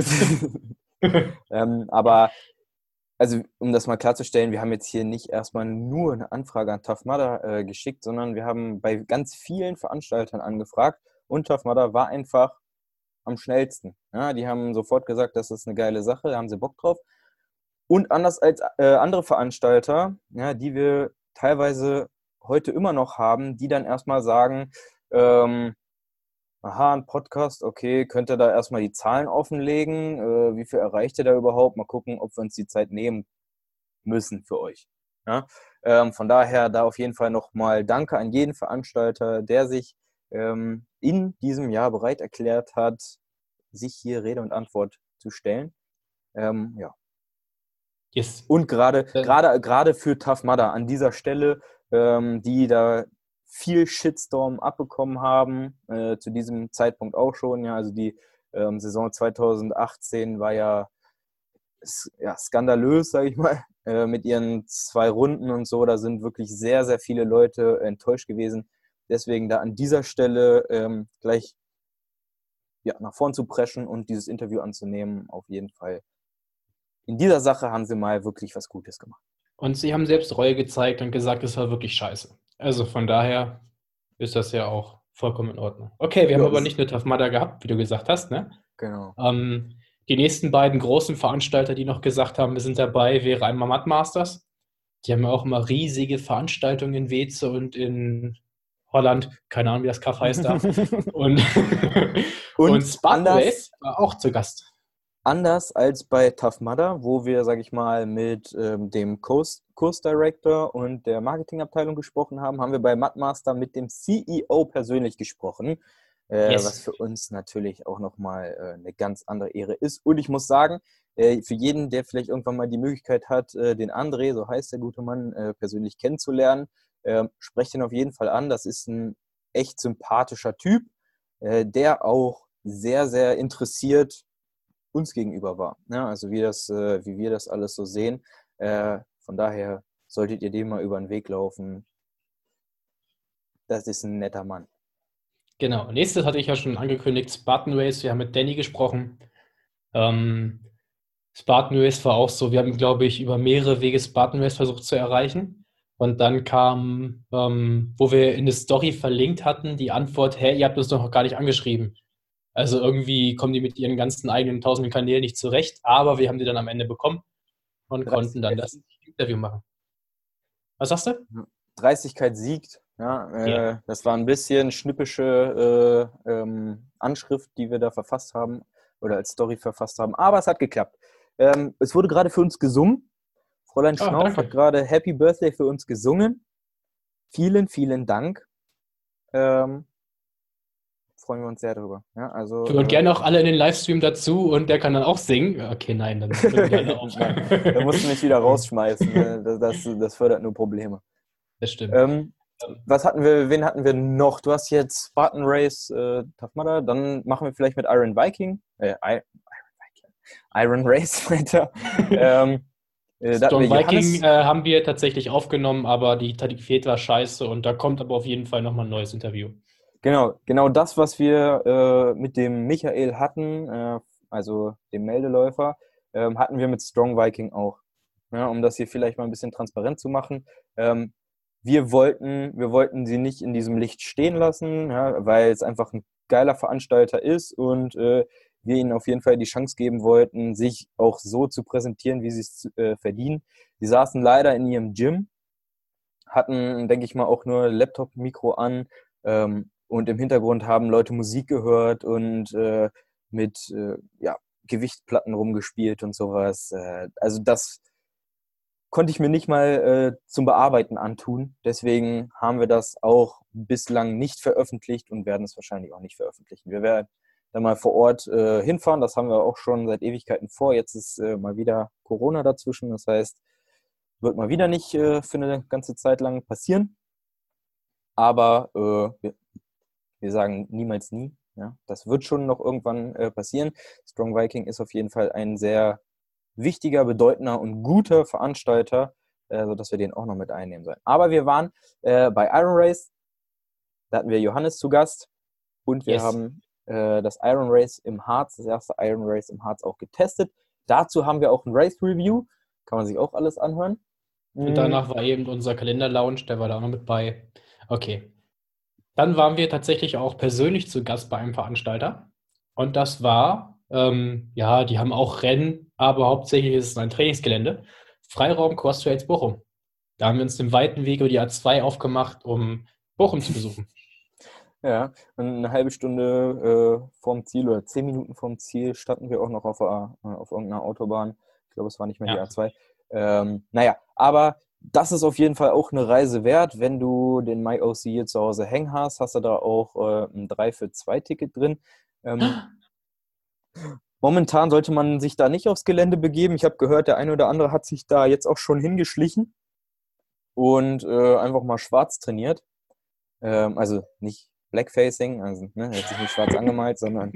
aber also um das mal klarzustellen, wir haben jetzt hier nicht erstmal nur eine Anfrage an Tough Mudder geschickt, sondern wir haben bei ganz vielen Veranstaltern angefragt und Tough Mudder war einfach am schnellsten. Ja, die haben sofort gesagt, das ist eine geile Sache, da haben sie Bock drauf. Und anders als andere Veranstalter, ja, die wir teilweise heute immer noch haben, die dann erstmal sagen, aha, ein Podcast, okay, könnt ihr da erstmal die Zahlen offenlegen? Wie viel erreicht ihr da überhaupt? Mal gucken, ob wir uns die Zeit nehmen müssen für euch. Ja? Von daher da auf jeden Fall nochmal Danke an jeden Veranstalter, der sich in diesem Jahr bereit erklärt hat, sich hier Rede und Antwort zu stellen. Ja. Yes. Und gerade für Tough Mudder an dieser Stelle, die da viel Shitstorm abbekommen haben, zu diesem Zeitpunkt auch schon. Ja, also die Saison 2018 war ja skandalös, sage ich mal, mit ihren 2 Runden und so. Da sind wirklich sehr, sehr viele Leute enttäuscht gewesen. Deswegen da an dieser Stelle gleich nach vorn zu preschen und dieses Interview anzunehmen, auf jeden Fall. In dieser Sache haben sie mal wirklich was Gutes gemacht. Und sie haben selbst Reue gezeigt und gesagt, es war wirklich scheiße. Also von daher ist das ja auch vollkommen in Ordnung. Okay, wir haben Ja, aber nicht nur Tough Mudder gehabt, wie du gesagt hast, ne? genau. Die nächsten beiden großen Veranstalter, die noch gesagt haben, wir sind dabei, wäre einmal Mud Masters. Die haben ja auch immer riesige Veranstaltungen in Weze und in Holland. Keine Ahnung, wie das Kaff heißt da. Und, und Und Sparkways war auch zu Gast. anders als bei Tough Mudder, wo wir, sage ich mal, mit dem Kursdirector und der Marketingabteilung gesprochen haben, haben wir bei Mudmaster mit dem CEO persönlich gesprochen, was Yes. für uns natürlich auch nochmal eine ganz andere Ehre ist. Und ich muss sagen, für jeden, der vielleicht irgendwann mal die Möglichkeit hat, den André, so heißt der gute Mann, persönlich kennenzulernen, sprecht ihn auf jeden Fall an. Das ist ein echt sympathischer Typ, der auch sehr, sehr interessiert uns gegenüber war. Ja, also wie wir das alles so sehen. Von daher solltet ihr dem mal über den Weg laufen. Das ist ein netter Mann. Genau. Nächstes hatte ich ja schon angekündigt, Spartan Race. Wir haben mit Danny gesprochen. Spartan Race war auch so, wir haben, glaube ich, über mehrere Wege Spartan Race versucht zu erreichen. Und dann kam, wo wir in der Story verlinkt hatten, die Antwort, hä, ihr habt uns doch noch gar nicht angeschrieben. Also irgendwie kommen die mit ihren ganzen eigenen tausenden Kanälen nicht zurecht, aber wir haben die dann am Ende bekommen und konnten dann das Interview machen. Was sagst du? Dreistigkeit siegt. Ja, Ja. das war ein bisschen schnippische Anschrift, die wir da verfasst haben oder als Story verfasst haben. Aber es hat geklappt. Es wurde gerade für uns gesungen. Fräulein Ah, Schnauf hat danke. gerade Happy Birthday für uns gesungen. Vielen, vielen Dank. Freuen wir uns sehr drüber. Ja, also, Wir wollen gerne auch alle in den Livestream dazu und der kann dann auch singen. Okay, nein, dann hören die alle auf. Nein, da musst du mich wieder rausschmeißen. Ne? Das fördert nur Probleme. Das stimmt. Wen hatten wir noch? Du hast jetzt Spartan Race, Tough Mudder, dann machen wir vielleicht mit Iron Viking, Iron Race weiter. Da hatten wir Strong Viking Johannes. haben wir tatsächlich aufgenommen, aber die Qualität war scheiße und da kommt aber auf jeden Fall nochmal ein neues Interview. Genau das, was wir mit dem Michael hatten, also dem Meldeläufer, hatten wir mit Strong Viking auch. Ja, um das hier vielleicht mal ein bisschen transparent zu machen. Wir wollten sie nicht in diesem Licht stehen lassen, ja, weil es einfach ein geiler Veranstalter ist und wir ihnen auf jeden Fall die Chance geben wollten, sich auch so zu präsentieren, wie sie es verdienen. Sie saßen leider in ihrem Gym, hatten, denke ich mal, auch nur Laptop-Mikro an und im Hintergrund haben Leute Musik gehört und mit Gewichtplatten rumgespielt und sowas. Also das konnte ich mir nicht mal zum Bearbeiten antun. Deswegen haben wir das auch bislang nicht veröffentlicht und werden es wahrscheinlich auch nicht veröffentlichen. Wir werden dann mal vor Ort hinfahren. Das haben wir auch schon seit Ewigkeiten vor. Jetzt ist mal wieder Corona dazwischen. Das heißt, wird mal wieder nicht für eine ganze Zeit lang passieren. Aber wir sagen niemals nie. Ja? Das wird schon noch irgendwann passieren. Strong Viking ist auf jeden Fall ein sehr wichtiger, bedeutender und guter Veranstalter, sodass wir den auch noch mit einnehmen sollen. Aber wir waren bei Iron Race, da hatten wir Johannes zu Gast und wir haben das Iron Race im Harz, das erste Iron Race im Harz auch getestet. Dazu haben wir auch ein Race Review, kann man sich auch alles anhören. Und danach war eben unser Kalender-Lounge, der war da auch noch mit bei. Okay. Dann waren wir tatsächlich auch persönlich zu Gast bei einem Veranstalter. Und das war, ja, die haben auch Rennen, aber hauptsächlich ist es ein Trainingsgelände. Freiraum Cross-Trails Bochum. Da haben wir uns den weiten Weg über die A2 aufgemacht, um Bochum zu besuchen. Ja, und eine halbe Stunde vorm Ziel oder 10 Minuten vorm Ziel standen wir auch noch auf irgendeiner Autobahn. Ich glaube, es war nicht mehr die Ja. A2. Naja, aber das ist auf jeden Fall auch eine Reise wert. Wenn du den MyOC hier zu Hause hängen hast, hast du da auch ein 3-für-2-Ticket drin. Momentan sollte man sich da nicht aufs Gelände begeben. Ich habe gehört, der eine oder andere hat sich da jetzt auch schon hingeschlichen und einfach mal schwarz trainiert. Also nicht Blackfacing, also er hat sich nicht schwarz angemalt, sondern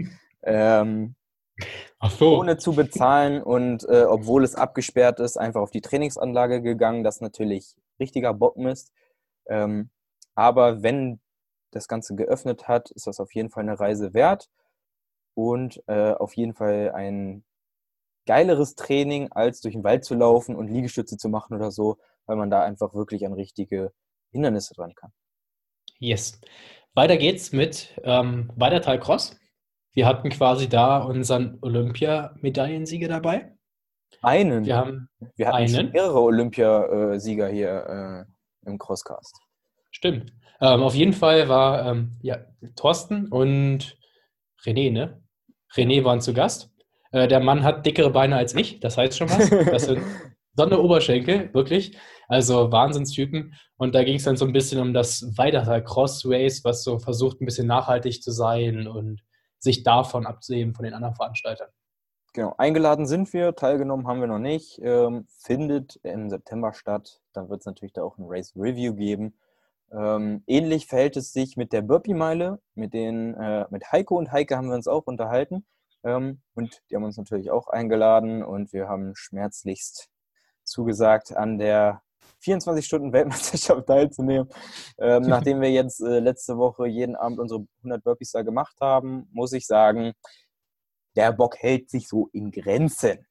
Ach so. ohne zu bezahlen und obwohl es abgesperrt ist, einfach auf die Trainingsanlage gegangen, das natürlich richtiger Bockmist. Aber wenn das Ganze geöffnet hat, ist das auf jeden Fall eine Reise wert und auf jeden Fall ein geileres Training, als durch den Wald zu laufen und Liegestütze zu machen oder so, weil man da einfach wirklich an richtige Hindernisse dran kann. Yes. Weiter geht's mit Weidertal Cross. Wir hatten quasi da unseren Olympiamedaillensieger dabei. Wir Wir hatten schon einen. mehrere Olympiasieger hier im Crosscast. Stimmt. Auf jeden Fall war ja, Thorsten und René, ne? René waren zu Gast. Der Mann hat dickere Beine als ich, das heißt schon was. Das sind Sonderoberschenkel, wirklich. Also Wahnsinnstypen. Und da ging es dann so ein bisschen um das Weidertal Cross Race, was so versucht, ein bisschen nachhaltig zu sein und sich davon abzuheben von den anderen Veranstaltern. Genau, eingeladen sind wir, teilgenommen haben wir noch nicht. Findet im September statt. Dann wird es natürlich da auch ein Race Review geben. Ähnlich verhält es sich mit der Burpee-Meile. Mit Heiko und Heike haben wir uns auch unterhalten. Und die haben uns natürlich auch eingeladen und wir haben schmerzlichst zugesagt, an der 24-Stunden-Weltmeisterschaft teilzunehmen. Nachdem wir jetzt letzte Woche jeden Abend unsere 100 Burpees da gemacht haben, muss ich sagen, der Bock hält sich so in Grenzen.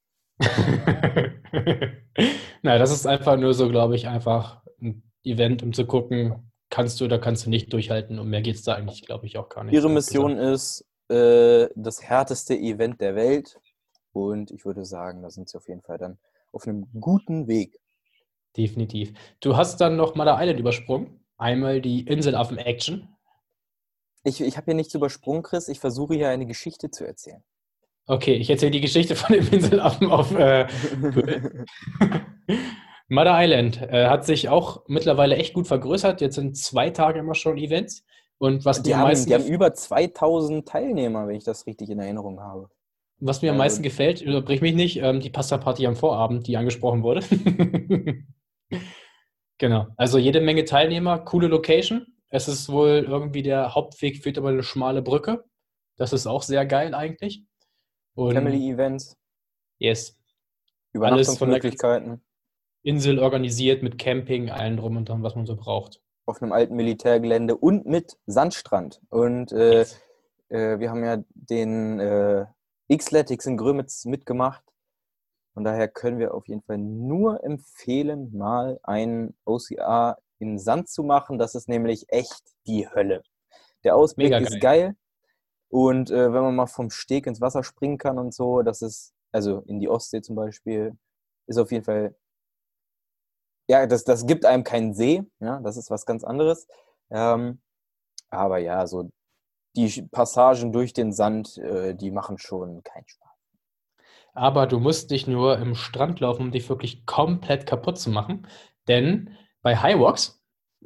Na, das ist einfach nur so, glaube ich, einfach ein Event, um zu gucken, kannst du oder kannst du nicht durchhalten. Und mehr geht es da eigentlich, glaube ich, auch gar nicht. Ihre so Mission insgesamt. ist das härteste Event der Welt. Und ich würde sagen, da sind sie auf jeden Fall dann auf einem guten Weg. Definitiv. Du hast dann noch Mother Island übersprungen. Einmal die Inselaffen-Action. Ich habe hier nichts übersprungen, Chris. Ich versuche hier eine Geschichte zu erzählen. Okay, ich erzähle die Geschichte von dem Inselaffen auf Höhe. Mother Island hat sich auch mittlerweile echt gut vergrößert. Jetzt sind 2 Tage immer schon Events. Und was mir Die am meisten haben über 2000 Teilnehmer, wenn ich das richtig in Erinnerung habe. Was mir am Also, meisten gefällt, überbrich mich nicht, die Pasta-Party am Vorabend, die angesprochen wurde. Genau. Also jede Menge Teilnehmer, coole Location. Es ist wohl irgendwie der Hauptweg führt über eine schmale Brücke. Das ist auch sehr geil eigentlich. Und Family-Events, yes, alles von der ganzen Übernachtungsmöglichkeiten Insel organisiert mit Camping, allem drum und dran, was man so braucht. auf einem alten Militärgelände und mit Sandstrand. Und Yes. wir haben ja den Xletics in Grömitz mitgemacht. Von daher können wir auf jeden Fall nur empfehlen, mal ein OCR im Sand zu machen. Das ist nämlich echt die Hölle. Der Ausblick Mega ist geil. geil. Und wenn man mal vom Steg ins Wasser springen kann und so, das ist, also in die Ostsee zum Beispiel, ist auf jeden Fall, ja, das gibt einem keinen See, ja, das ist was ganz anderes. Aber ja, so die Passagen durch den Sand, die machen schon keinen Spaß. Aber du musst nicht nur im Strand laufen, um dich wirklich komplett kaputt zu machen. Denn bei Highwalks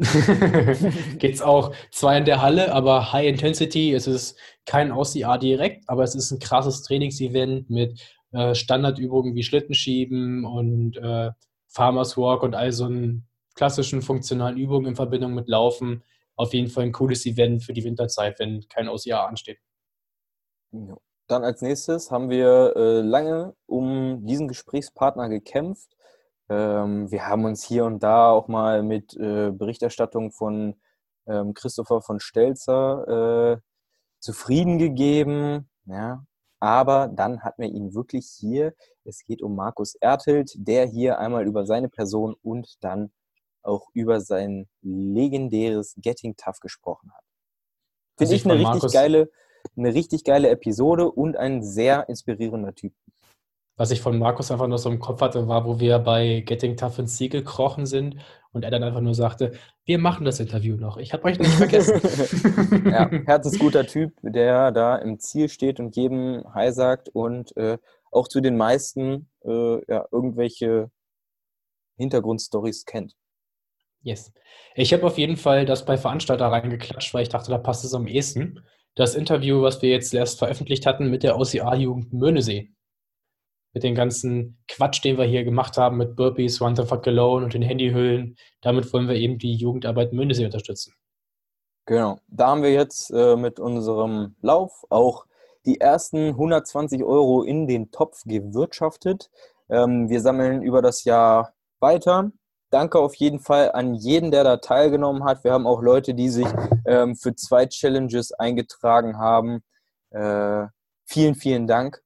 geht es auch zwar in der Halle, aber High Intensity. Es ist kein OCR direkt, aber es ist ein krasses Trainingsevent mit Standardübungen wie Schlittenschieben und Farmers Walk und all so einen klassischen funktionalen Übungen in Verbindung mit Laufen. Auf jeden Fall ein cooles Event für die Winterzeit, wenn kein OCR ansteht. Ja. Dann als nächstes haben wir lange um diesen Gesprächspartner gekämpft. Wir haben uns hier und da auch mal mit Berichterstattung von Christopher von Stelzer zufrieden gegeben. Ja. Aber dann hatten wir ihn wirklich hier. Es geht um Markus Ertelt, der hier einmal über seine Person und dann auch über sein legendäres Getting Tough gesprochen hat. Was Finde ich ich von Markus eine richtig geile Episode und ein sehr inspirierender Typ. Was ich von Markus einfach nur so im Kopf hatte, war, wo wir bei Getting Tough ins Ziel gekrochen sind und er dann einfach nur sagte, wir machen das Interview noch. Ich habe euch nicht vergessen. Ja, herzensguter Typ, der da im Ziel steht und jedem Hi sagt und auch zu den meisten ja, irgendwelche Hintergrundstories kennt. Yes. Ich habe auf jeden Fall das bei Veranstalter reingeklatscht, weil ich dachte, da passt es am ehesten. Das Interview, was wir jetzt erst veröffentlicht hatten mit der OCR-Jugend Möhnesee. Mit dem ganzen Quatsch, den wir hier gemacht haben mit Burpees, One the Fuck Alone und den Handyhüllen. Damit wollen wir eben die Jugendarbeit Möhnesee unterstützen. Genau. Da haben wir jetzt mit unserem Lauf auch die ersten 120 € in den Topf gewirtschaftet. Wir sammeln über das Jahr weiter. Danke auf jeden Fall an jeden, der da teilgenommen hat. Wir haben auch Leute, die sich für 2 Challenges eingetragen haben. Vielen, vielen Dank.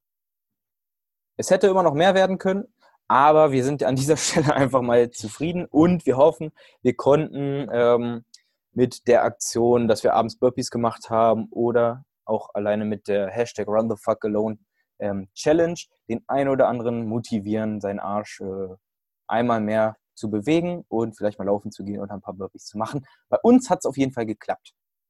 Es hätte immer noch mehr werden können, aber wir sind an dieser Stelle einfach mal zufrieden und wir hoffen, wir konnten mit der Aktion, dass wir abends Burpees gemacht haben oder auch alleine mit der Hashtag #RunTheFuckAlone Challenge den einen oder anderen motivieren, seinen Arsch einmal mehr zu bewegen und vielleicht mal laufen zu gehen und ein paar Burpees zu machen. Bei uns hat es auf jeden Fall geklappt.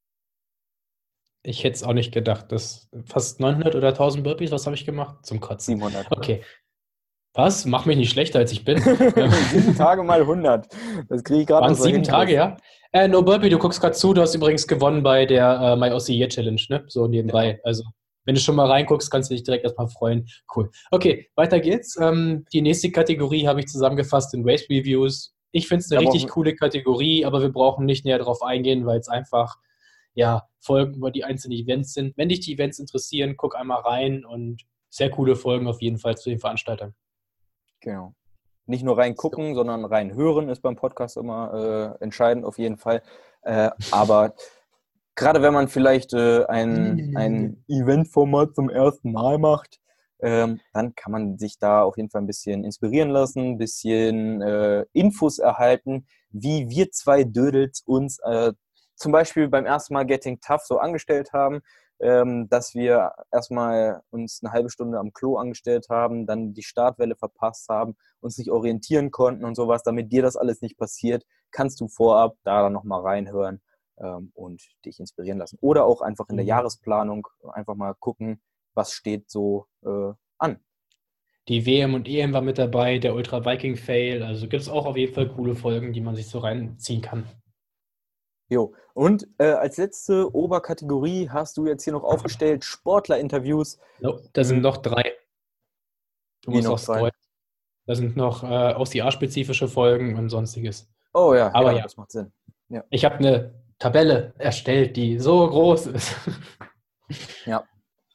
Ich hätte es auch nicht gedacht. Das fast 900 oder 1000 Burpees, was habe ich gemacht? Zum Kotzen. 700. Okay. Was? Mach mich nicht schlechter, als ich bin. 7 Tage mal 100. Das kriege ich gerade Waren noch es so 7 hin. Tage, ja? No Burpee, du guckst gerade zu. Du hast übrigens gewonnen bei der My Aussie Year Challenge, ne? So nebenbei. Genau. Also, wenn du schon mal reinguckst, kannst du dich direkt erstmal freuen. Cool. Okay, weiter geht's. Die nächste Kategorie habe ich zusammengefasst in Race Reviews. Ich finde es eine Da richtig brauchen, coole Kategorie, aber wir brauchen nicht näher drauf eingehen, weil es einfach ja, Folgen über die einzelnen Events sind. Wenn dich die Events interessieren, guck einmal rein und sehr coole Folgen auf jeden Fall zu den Veranstaltern. genau. Nicht nur reingucken, sondern reinhören ist beim Podcast immer entscheidend auf jeden Fall. Aber gerade wenn man vielleicht ein Eventformat zum ersten Mal macht, dann kann man sich da auf jeden Fall ein bisschen inspirieren lassen, ein bisschen Infos erhalten, wie wir zwei Dödels uns zum Beispiel beim ersten Mal Getting Tough so angestellt haben, dass wir erstmal uns eine halbe Stunde am Klo angestellt haben, dann die Startwelle verpasst haben, uns nicht orientieren konnten und sowas. Damit dir das alles nicht passiert, kannst du vorab da nochmal reinhören und dich inspirieren lassen. Oder auch einfach in der Jahresplanung einfach mal gucken, was steht so an. Die WM und EM war mit dabei, der Ultra Viking Fail. Also gibt es auch auf jeden Fall coole Folgen, die man sich so reinziehen kann. Jo, und als letzte Oberkategorie hast du jetzt hier noch aufgestellt Sportlerinterviews. No, da sind noch 3. Du Wie musst noch auch 3? scrollen. Da sind noch OCR-spezifische Folgen und sonstiges. Oh ja, Aber ja, ja, das macht Sinn. Ja. ich habe eine Tabelle erstellt, die so groß ist. Ja.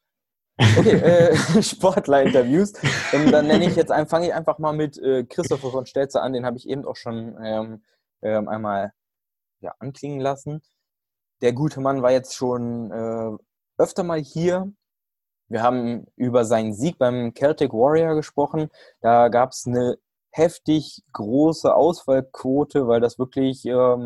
Okay, Sportlerinterviews. Dann fange ich einfach mal mit Christopher von Stelzer an. Den habe ich eben auch schon einmal anklingen lassen. Der gute Mann war jetzt schon öfter mal hier. Wir haben über seinen Sieg beim Celtic Warrior gesprochen. Da gab es eine heftig große Ausfallquote, weil das wirklich,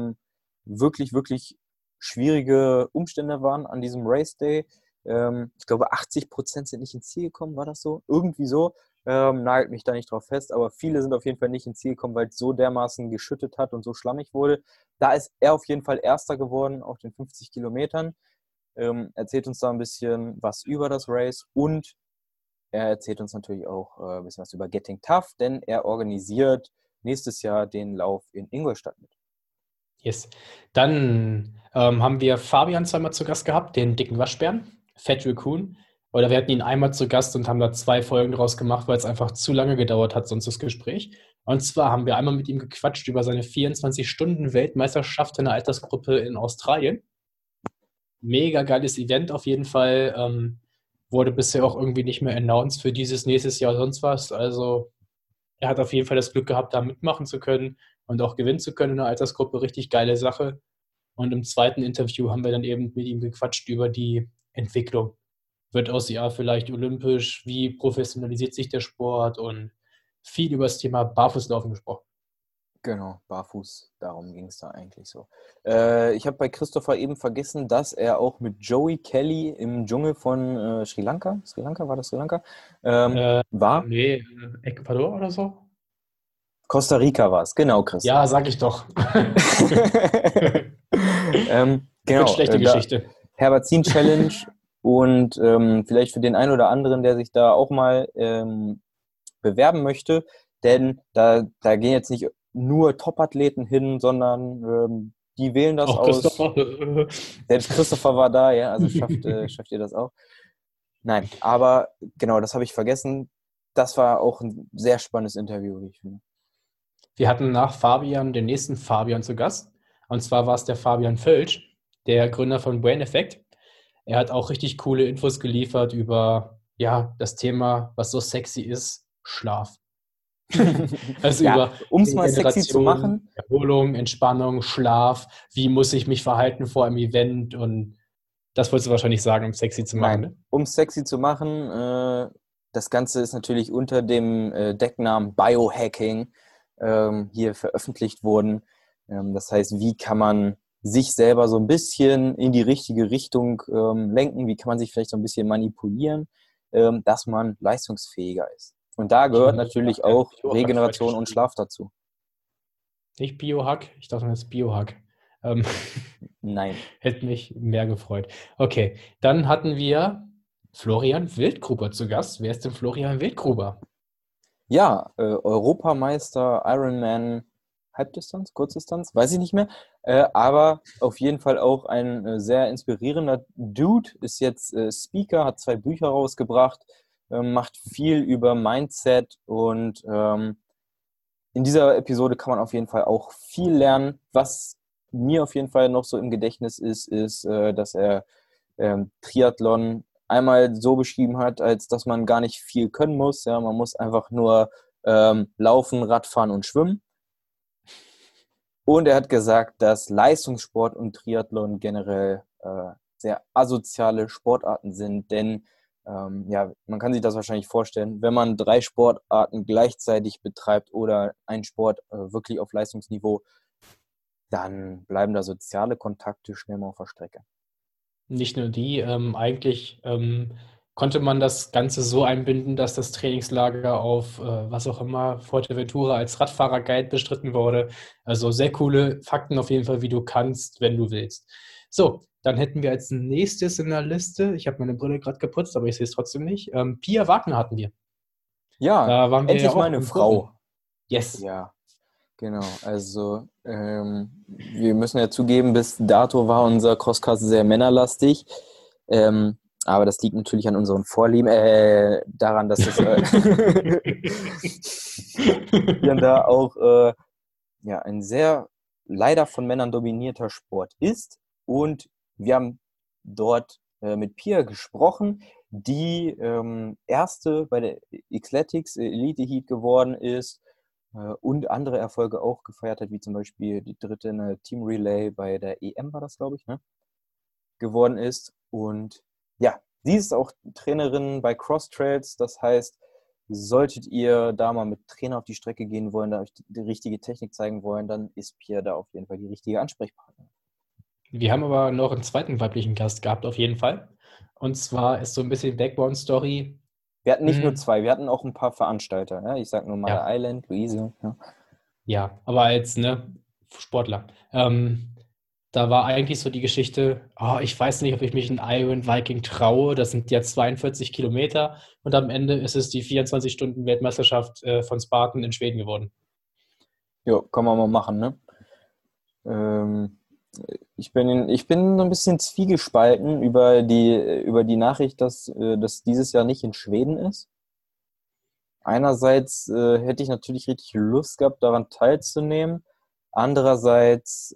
wirklich schwierige Umstände waren an diesem Race Day. Ich glaube, 80% sind nicht ins Ziel gekommen, war das so? Irgendwie so. Nagelt mich da nicht drauf fest, aber viele sind auf jeden Fall nicht ins Ziel gekommen, weil es so dermaßen geschüttet hat und so schlammig wurde. Da ist er auf jeden Fall Erster geworden auf den 50 Kilometern. Erzählt uns da ein bisschen was über das Race und er erzählt uns natürlich auch ein bisschen was über Getting Tough, denn er organisiert nächstes Jahr den Lauf in Ingolstadt mit. Yes. Dann haben wir Fabian zweimal zu Gast gehabt, den dicken Waschbären, Fat Raccoon. Oder wir hatten ihn einmal zu Gast und haben da 2 Folgen draus gemacht, weil es einfach zu lange gedauert hat, sonst das Gespräch. Und zwar haben wir einmal mit ihm gequatscht über seine 24-Stunden-Weltmeisterschaft in der Altersgruppe in Australien. Mega geiles Event auf jeden Fall. Wurde bisher auch irgendwie nicht mehr announced für dieses nächstes Jahr sonst was. Also er hat auf jeden Fall das Glück gehabt, da mitmachen zu können und auch gewinnen zu können in der Altersgruppe. Richtig geile Sache. Und im zweiten Interview haben wir dann eben mit ihm gequatscht über die Entwicklung. Wird OCR vielleicht olympisch? Wie professionalisiert sich der Sport? Und viel über das Thema Barfußlaufen gesprochen. Genau, barfuß, darum ging es da eigentlich so. Ich habe bei Christopher eben vergessen, dass er auch mit Joey Kelly im Dschungel von Sri Lanka, war das Sri Lanka? War? Nee, Ecuador oder so? Costa Rica war es, genau, Chris. Ja, sag ich doch. Genau, Schlechte Geschichte. Herbarzin Challenge und vielleicht für den einen oder anderen, der sich da auch mal bewerben möchte, denn da gehen jetzt nicht nur Top-Athleten hin, sondern die wählen das Auch aus. Christopher. Selbst Christopher war da, ja, also schafft ihr das auch? Nein, aber genau, das habe ich vergessen. Das war auch ein sehr spannendes Interview, wie ich finde. Wir hatten nach Fabian den nächsten Fabian zu Gast. Und zwar war es der Fabian Völsch, der Gründer von Brain Effect. Er hat auch richtig coole Infos geliefert über das Thema, was so sexy ist, Schlaf. Also Ja, über um es mal sexy zu machen. Erholung, Entspannung, Schlaf, wie muss ich mich verhalten vor einem Event und das wolltest du wahrscheinlich sagen, um sexy zu machen, ne? Um es sexy zu machen, das Ganze ist natürlich unter dem Decknamen Biohacking hier veröffentlicht worden. Das heißt, wie kann man sich selber so ein bisschen in die richtige Richtung lenken, wie kann man sich vielleicht so ein bisschen manipulieren, dass man leistungsfähiger ist. Und da gehört natürlich auch Regeneration und Schlaf dazu. Nicht Biohack? Ich dachte, das ist Biohack. Nein. Hätte mich mehr gefreut. Okay, dann hatten wir Florian Wildgruber zu Gast. Wer ist denn Florian Wildgruber? Ja, Europameister, Ironman, Halbdistanz, Kurzdistanz, weiß ich nicht mehr. Aber auf jeden Fall auch ein sehr inspirierender Dude, ist jetzt Speaker, hat 2 Bücher rausgebracht, macht viel über Mindset und in dieser Episode kann man auf jeden Fall auch viel lernen. Was mir auf jeden Fall noch so im Gedächtnis ist, dass er Triathlon einmal so beschrieben hat, als dass man gar nicht viel können muss. Ja, man muss einfach nur Laufen, Radfahren und Schwimmen. Und er hat gesagt, dass Leistungssport und Triathlon generell sehr asoziale Sportarten sind, denn man kann sich das wahrscheinlich vorstellen, wenn man 3 Sportarten gleichzeitig betreibt oder einen Sport wirklich auf Leistungsniveau, dann bleiben da soziale Kontakte schnell mal auf der Strecke. Nicht nur die, eigentlich konnte man das Ganze so einbinden, dass das Trainingslager auf was auch immer, Fuerteventura als Radfahrerguide bestritten wurde. Also sehr coole Fakten auf jeden Fall, wie du kannst, wenn du willst. So, dann hätten wir als nächstes in der Liste, ich habe meine Brille gerade geputzt, aber ich sehe es trotzdem nicht, Pia Wagner hatten wir. Ja, Da waren wir ja endlich auch mal eine im Frau. Forum. Yes. Ja, genau. Also wir müssen ja zugeben, bis dato war unser Crosscast sehr männerlastig. Aber das liegt natürlich an unseren Vorlieben, daran, dass es hier und da auch ein sehr leider von Männern dominierter Sport ist. Und wir haben dort mit Pia gesprochen, die erste bei der Xletics Elite Heat geworden ist und andere Erfolge auch gefeiert hat, wie zum Beispiel die dritte in der Team Relay bei der EM war das, glaube ich, ne? Geworden ist. Und ja, sie ist auch Trainerin bei Cross Trails. Das heißt, solltet ihr da mal mit Trainer auf die Strecke gehen wollen, da euch die richtige Technik zeigen wollen, dann ist Pia da auf jeden Fall die richtige Ansprechpartnerin. Wir haben aber noch einen zweiten weiblichen Gast gehabt, auf jeden Fall. Und zwar ist so ein bisschen Background-Story. Wir hatten nicht nur 2, wir hatten auch ein paar Veranstalter. Ne? Ich sag nur Maya Ja. Island, Luise. Ja. Ja, aber als Sportler. Da war eigentlich so die Geschichte, ich weiß nicht, ob ich mich in Iron Viking traue. Das sind ja 42 Kilometer und am Ende ist es die 24-Stunden-Weltmeisterschaft von Spartan in Schweden geworden. Ja, kann man mal machen, ne? Ich bin so ein bisschen zwiegespalten über die Nachricht, dass dieses Jahr nicht in Schweden ist. Einerseits hätte ich natürlich richtig Lust gehabt, daran teilzunehmen. Andererseits,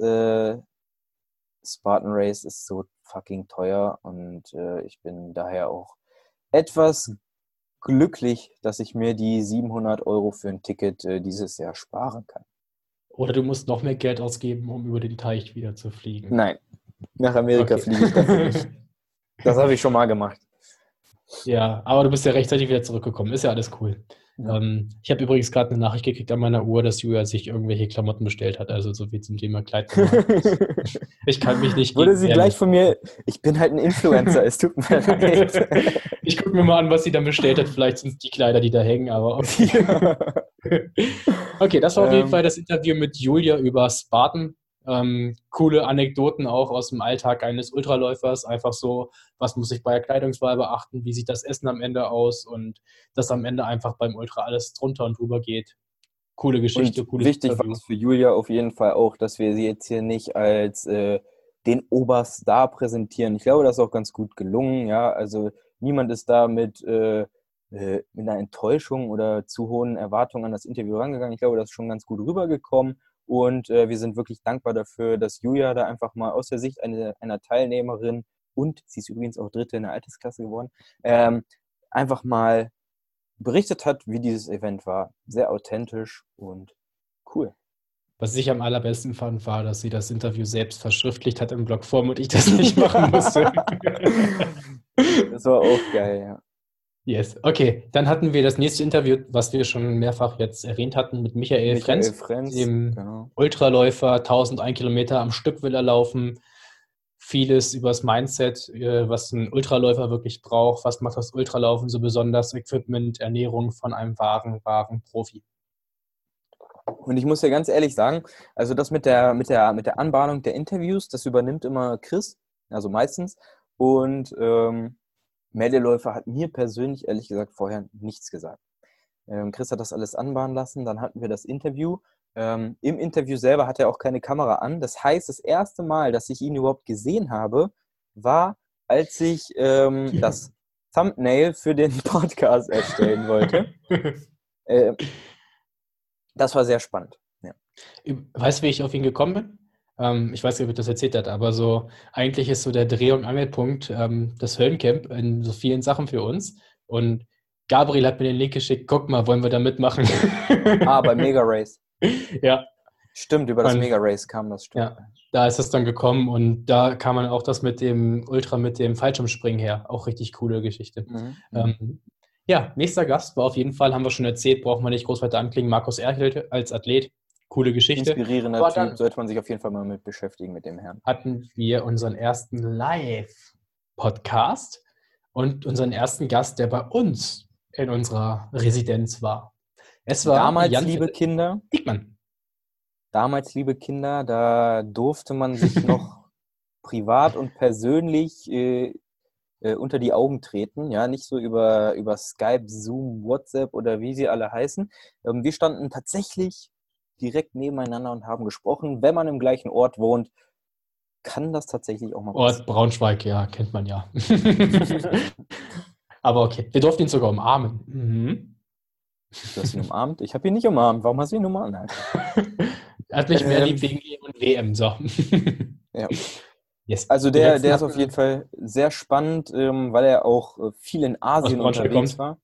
Spartan Race ist so fucking teuer und ich bin daher auch etwas glücklich, dass ich mir die 700 € für ein Ticket dieses Jahr sparen kann. Oder du musst noch mehr Geld ausgeben, um über den Teich wieder zu fliegen. Nein, nach Amerika fliege ich dafür nicht. Das habe ich schon mal gemacht. Ja, aber du bist ja rechtzeitig wieder zurückgekommen. Ist ja alles cool. Ja. Ich habe übrigens gerade eine Nachricht gekriegt an meiner Uhr, dass Julia sich irgendwelche Klamotten bestellt hat. Also so viel zum Thema Kleid. Ich kann mich nicht Wurde gegen sie gleich von mir, ich bin halt ein Influencer, es tut mir leid. Ich gucke mir mal an, was sie dann bestellt hat. Vielleicht sind es die Kleider, die da hängen, aber okay. Ja. Okay, das war auf jeden Fall das Interview mit Julia über Spartan. Coole Anekdoten auch aus dem Alltag eines Ultraläufers. Einfach so, was muss ich bei der Kleidungswahl beachten, wie sieht das Essen am Ende aus und dass am Ende einfach beim Ultra alles drunter und drüber geht. Coole Geschichte, Und cooles wichtig war Interview. es für Julia auf jeden Fall auch, dass wir sie jetzt hier nicht als den Oberstar präsentieren. Ich glaube, das ist auch ganz gut gelungen. Ja, also niemand ist da mit einer Enttäuschung oder zu hohen Erwartungen an das Interview rangegangen. Ich glaube, das ist schon ganz gut rübergekommen. Und wir sind wirklich dankbar dafür, dass Julia da einfach mal aus der Sicht einer Teilnehmerin, und sie ist übrigens auch Dritte in der Altersklasse geworden, einfach mal berichtet hat, wie dieses Event war. Sehr authentisch und cool. Was ich am allerbesten fand, war, dass sie das Interview selbst verschriftlicht hat im Blogform und ich das nicht machen musste. Das war auch geil, ja. Yes. Okay, dann hatten wir das nächste Interview, was wir schon mehrfach jetzt erwähnt hatten, mit Michael Frenz, dem genau. Ultraläufer, 1001 Kilometer am Stück will er laufen. Vieles übers Mindset, was ein Ultraläufer wirklich braucht. Was macht das Ultralaufen so besonders? Equipment, Ernährung von einem wahren Profi. Und ich muss ja ganz ehrlich sagen, also das mit der Anbahnung der Interviews, das übernimmt immer Chris, also meistens. Und Meldeläufer hat mir persönlich, ehrlich gesagt, vorher nichts gesagt. Chris hat das alles anbahnen lassen, dann hatten wir das Interview. Im Interview selber hat er auch keine Kamera an. Das heißt, das erste Mal, dass ich ihn überhaupt gesehen habe, war, als ich das Thumbnail für den Podcast erstellen wollte. Das war sehr spannend. Ja. Weißt du, wie ich auf ihn gekommen bin? Ich weiß nicht, ob ich das erzählt habe, aber so eigentlich ist so der Dreh- und Angelpunkt das Höllencamp in so vielen Sachen für uns. Und Gabriel hat mir den Link geschickt, guck mal, wollen wir da mitmachen? Bei Mega Race. Ja. Stimmt, über das Und, Mega Race kam das, stimmt. Ja, da ist es dann gekommen und da kam man auch das mit dem Ultra, mit dem Fallschirmspringen her. Auch richtig coole Geschichte. Ja, nächster Gast war auf jeden Fall, haben wir schon erzählt, braucht man nicht groß weiter anklingen, Markus Erchelt als Athlet. Coole Geschichte. Inspirierender Aber Typ, dann sollte man sich auf jeden Fall mal mit beschäftigen mit dem Herrn. hatten wir unseren ersten Live-Podcast und unseren ersten Gast, der bei uns in unserer Residenz war. Es war Damals, Jan liebe Kinder, Diekmann. da durfte man sich noch privat und persönlich unter die Augen treten, ja, nicht so über Skype, Zoom, WhatsApp oder wie sie alle heißen. Wir standen tatsächlich direkt nebeneinander und haben gesprochen. Wenn man im gleichen Ort wohnt, kann das tatsächlich auch mal passieren. Ort Braunschweig, ja, kennt man ja. Aber okay, wir durften ihn sogar umarmen. Mhm. Du hast ihn umarmt? Ich habe ihn nicht umarmt. Warum hast du ihn umarmt? Er hat mich mehr lieb wegen EM und WM, so. Ja. Yes. Also der ist auf jeden Fall sehr spannend, weil er auch viel in Asien unterwegs war.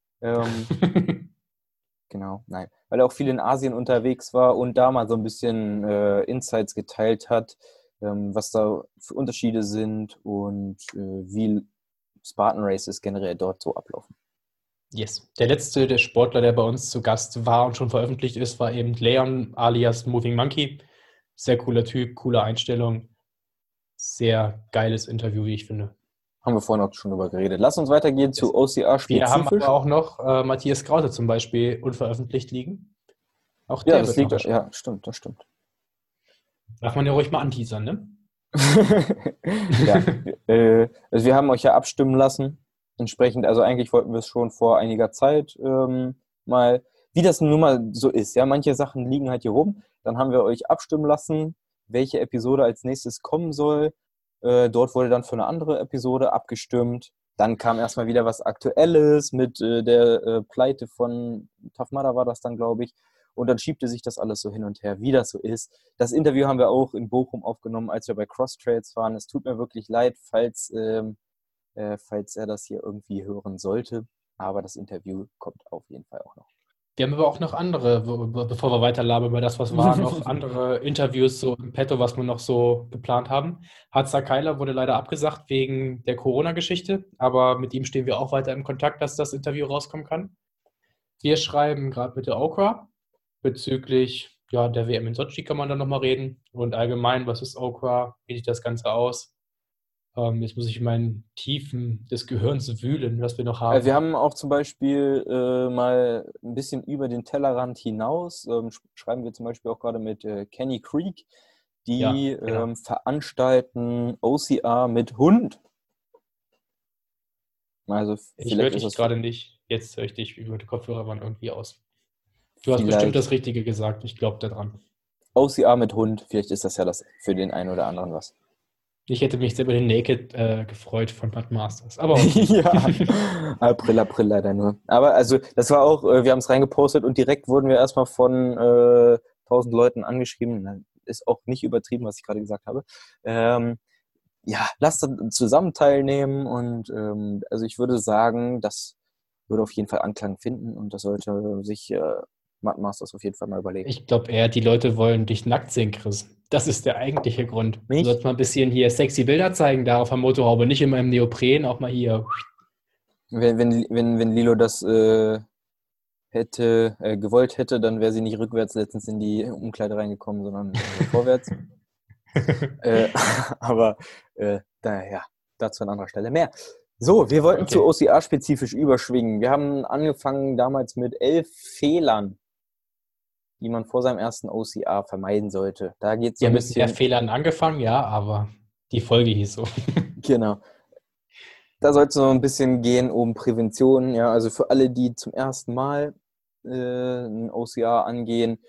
Genau, nein. Weil er auch viel in Asien unterwegs war und da mal so ein bisschen Insights geteilt hat, was da für Unterschiede sind und wie Spartan Races generell dort so ablaufen. Yes. Der Sportler, der bei uns zu Gast war und schon veröffentlicht ist, war eben Leon alias Moving Monkey. Sehr cooler Typ, coole Einstellung. Sehr geiles Interview, wie ich finde. Haben wir vorhin auch schon drüber geredet. Lass uns weitergehen zu OCR-spezifisch. Wir haben aber auch noch Matthias Kraute zum Beispiel unveröffentlicht liegen. Auch Ja, der das liegt, ja, stimmt, das stimmt. Darf man ja ruhig mal anteasern, ne? Ja, also wir haben euch ja abstimmen lassen. Entsprechend, also eigentlich wollten wir es schon vor einiger Zeit mal, wie das nun mal so ist. Ja, manche Sachen liegen halt hier rum. Dann haben wir euch abstimmen lassen, welche Episode als nächstes kommen soll. Dort wurde dann für eine andere Episode abgestimmt. Dann kam erstmal wieder was Aktuelles mit der Pleite von Tough Mudder war das dann, glaube ich. Und dann schiebte sich das alles so hin und her, wie das so ist. Das Interview haben wir auch in Bochum aufgenommen, als wir bei Cross Trails waren. Es tut mir wirklich leid, falls er das hier irgendwie hören sollte. Aber das Interview kommt auf jeden Fall auch noch. Wir haben aber auch noch andere, bevor wir weiterlabern über das, was war, noch andere Interviews so im Petto, was wir noch so geplant haben. Hatza Keiler wurde leider abgesagt wegen der Corona-Geschichte, aber mit ihm stehen wir auch weiter im Kontakt, dass das Interview rauskommen kann. Wir schreiben gerade mit der Okra bezüglich der WM in Sochi kann man dann nochmal reden und allgemein, was ist Okra, wie sieht das Ganze aus? Jetzt muss ich in meinen Tiefen des Gehirns wühlen, was wir noch haben. Wir haben auch zum Beispiel mal ein bisschen über den Tellerrand hinaus, schreiben wir zum Beispiel auch gerade mit Kenny Creek, die genau. Veranstalten OCR mit Hund. Also ich höre dich gerade nicht, jetzt höre ich dich, über die Kopfhörer waren irgendwie aus. Du hast bestimmt das Richtige gesagt, ich glaube daran. OCR mit Hund, vielleicht ist das ja das für den einen oder anderen was. Ich hätte mich sehr über den Naked gefreut von Mad Masters. Aber okay. Ja, April leider nur. Aber also, das war auch, wir haben es reingepostet und direkt wurden wir erstmal von 1000 Leuten angeschrieben. Ist auch nicht übertrieben, was ich gerade gesagt habe. Ja, lasst zusammen teilnehmen und also ich würde sagen, das würde auf jeden Fall Anklang finden und das sollte sich Mad Masters auf jeden Fall mal überlegen. Ich glaube eher, die Leute wollen dich nackt sehen, Chris. Das ist der eigentliche Grund. Mich? Du sollst mal ein bisschen hier sexy Bilder zeigen, da auf der Motorhaube, nicht in meinem Neopren, auch mal hier. Wenn Lilo das gewollt hätte, dann wäre sie nicht rückwärts letztens in die Umkleide reingekommen, sondern vorwärts. Aber dazu an anderer Stelle mehr. So, wir wollten zu OCR-spezifisch überschwingen. Wir haben angefangen damals mit 11 Fehlern, die man vor seinem ersten OCR vermeiden sollte. Da geht es so ein bisschen. Wir haben mit Fehlern angefangen, ja, aber die Folge hieß so. Genau. Da soll es noch ein bisschen gehen um Prävention. Ja, also für alle, die zum ersten Mal ein OCR angehen,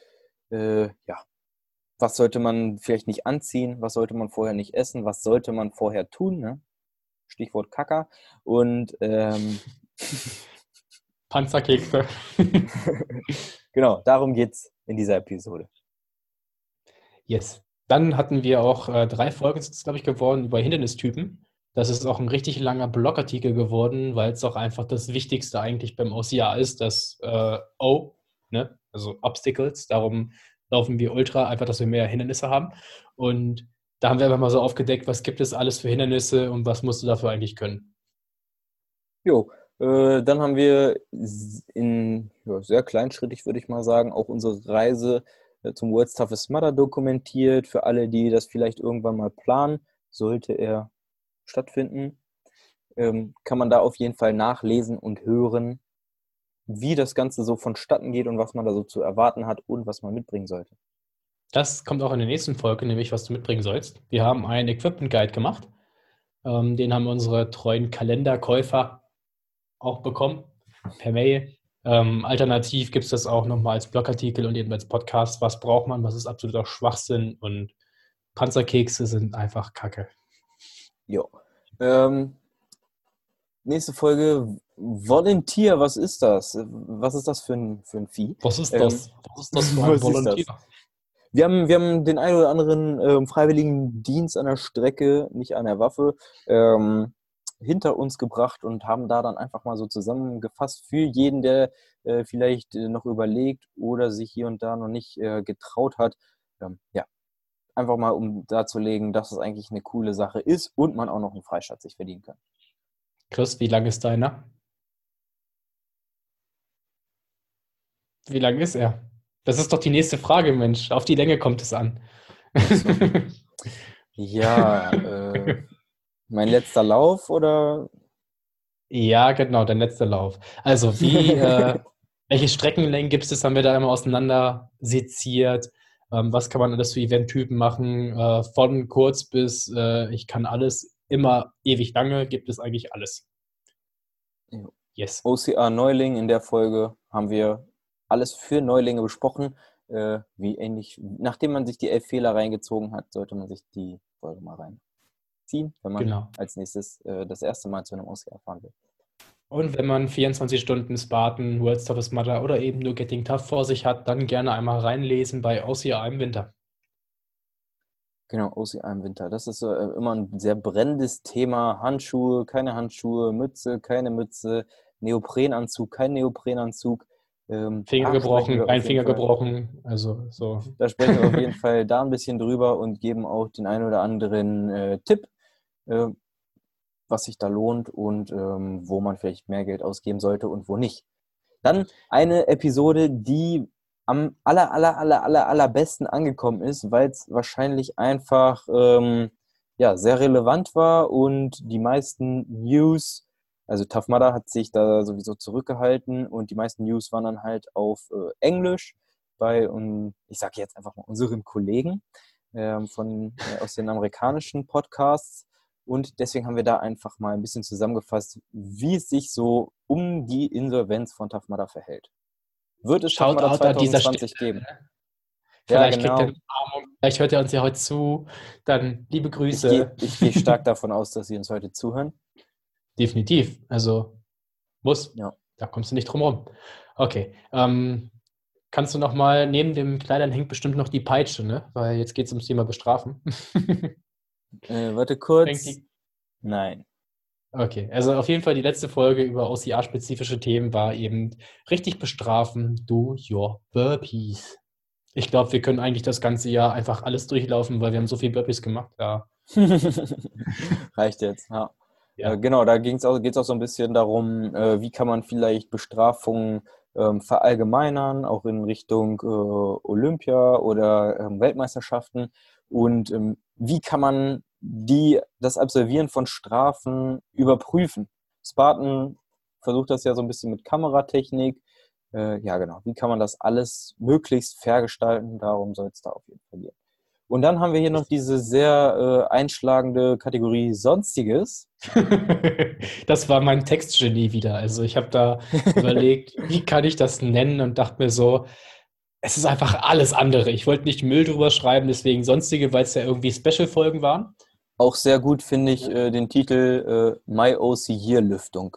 was sollte man vielleicht nicht anziehen? Was sollte man vorher nicht essen? Was sollte man vorher tun? Ne? Stichwort Kacker. Und Panzerkekse. Genau, darum geht es in dieser Episode. Yes. Dann hatten wir auch 3 Folgen, sind es, glaube ich, geworden, über Hindernistypen. Das ist auch ein richtig langer Blogartikel geworden, weil es auch einfach das Wichtigste eigentlich beim OCR ist, das O, ne? Also Obstacles. Darum laufen wir Ultra, einfach, dass wir mehr Hindernisse haben. Und da haben wir einfach mal so aufgedeckt, was gibt es alles für Hindernisse und was musst du dafür eigentlich können. Jo, dann haben wir sehr kleinschrittig, würde ich mal sagen, auch unsere Reise zum World's Toughest Mudder dokumentiert. Für alle, die das vielleicht irgendwann mal planen, sollte er stattfinden, kann man da auf jeden Fall nachlesen und hören, wie das Ganze so vonstatten geht und was man da so zu erwarten hat und was man mitbringen sollte. Das kommt auch in der nächsten Folge, nämlich was du mitbringen sollst. Wir haben einen Equipment Guide gemacht. Den haben unsere treuen Kalenderkäufer auch bekommen, per Mail. Alternativ gibt es das auch nochmal als Blogartikel und eben als Podcast. Was braucht man? Was ist absoluter Schwachsinn? Und Panzerkekse sind einfach Kacke. Jo. Nächste Folge, Volunteer, was ist das? Was ist das für ein Vieh? Was ist das? Was ist das für ein Volunteer? Wir haben den einen oder anderen freiwilligen Dienst an der Strecke, nicht an der Waffe, hinter uns gebracht und haben da dann einfach mal so zusammengefasst für jeden, der vielleicht noch überlegt oder sich hier und da noch nicht getraut hat. Einfach mal, um darzulegen, dass es eigentlich eine coole Sache ist und man auch noch einen Freistaat sich verdienen kann. Chris, wie lang ist deiner? Wie lang ist er? Das ist doch die nächste Frage, Mensch. Auf die Länge kommt es an. So. Ja, mein letzter Lauf oder? Ja, genau, dein letzter Lauf. Also, welche Streckenlängen gibt es? Haben wir da einmal auseinander seziert. Was kann man alles für Eventtypen machen? Von kurz bis ich kann alles, immer ewig lange, gibt es eigentlich alles. Yes. OCR Neuling, in der Folge haben wir alles für Neulinge besprochen. Nachdem man sich die 11 Fehler reingezogen hat, sollte man sich die Folge mal reinziehen, wenn man als nächstes das erste Mal zu einem OCR fahren will. Und wenn man 24 Stunden Spartan, World's Toughest Mudder oder eben nur Getting Tough vor sich hat, dann gerne einmal reinlesen bei OCR im Winter. Genau, OCR im Winter. Das ist immer ein sehr brennendes Thema. Handschuhe, keine Handschuhe, Mütze, keine Mütze, Neoprenanzug, kein Neoprenanzug. Finger gebrochen, kein Finger gebrochen. Also so. Da sprechen wir auf jeden Fall da ein bisschen drüber und geben auch den einen oder anderen Tipp, was sich da lohnt und wo man vielleicht mehr Geld ausgeben sollte und wo nicht. Dann eine Episode, die am allerbesten angekommen ist, weil es wahrscheinlich einfach sehr relevant war und die meisten News, also Tough Mudder hat sich da sowieso zurückgehalten und die meisten News waren dann halt auf Englisch ich sage jetzt einfach mal unseren Kollegen aus den amerikanischen Podcasts. Und deswegen haben wir da einfach mal ein bisschen zusammengefasst, wie es sich so um die Insolvenz von Tough Mudder verhält. Wird es Tough Mudder 2020 geben? Vielleicht kriegt er eine Umarmung, vielleicht hört er uns ja heute zu. Dann liebe Grüße. Ich gehe stark davon aus, dass Sie uns heute zuhören. Definitiv. Also muss. Ja. Da kommst du nicht drum rum. Okay. Kannst du nochmal, neben dem Kleidern hängt bestimmt noch die Peitsche, ne? Weil jetzt geht es ums Thema Bestrafen. Warte kurz. Nein. Okay, also auf jeden Fall die letzte Folge über OCR-spezifische Themen war eben richtig bestrafen, do your Burpees. Ich glaube, wir können eigentlich das ganze Jahr einfach alles durchlaufen, weil wir haben so viel Burpees gemacht. Ja. Reicht jetzt, ja. Genau, da geht's auch so ein bisschen darum, wie kann man vielleicht Bestrafungen verallgemeinern, auch in Richtung Olympia oder Weltmeisterschaften. Und wie kann man das Absolvieren von Strafen überprüfen? Spartan versucht das ja so ein bisschen mit Kameratechnik. Genau. Wie kann man das alles möglichst fair gestalten? Darum soll es da auf jeden Fall gehen. Und dann haben wir hier noch diese sehr einschlagende Kategorie Sonstiges. Das war mein Textgenie wieder. Also ich habe da überlegt, wie kann ich das nennen und dachte mir so, es ist einfach alles andere. Ich wollte nicht Müll drüber schreiben, deswegen Sonstige, weil es ja irgendwie Special-Folgen waren. Auch sehr gut finde ich den Titel My OC Year Lüftung.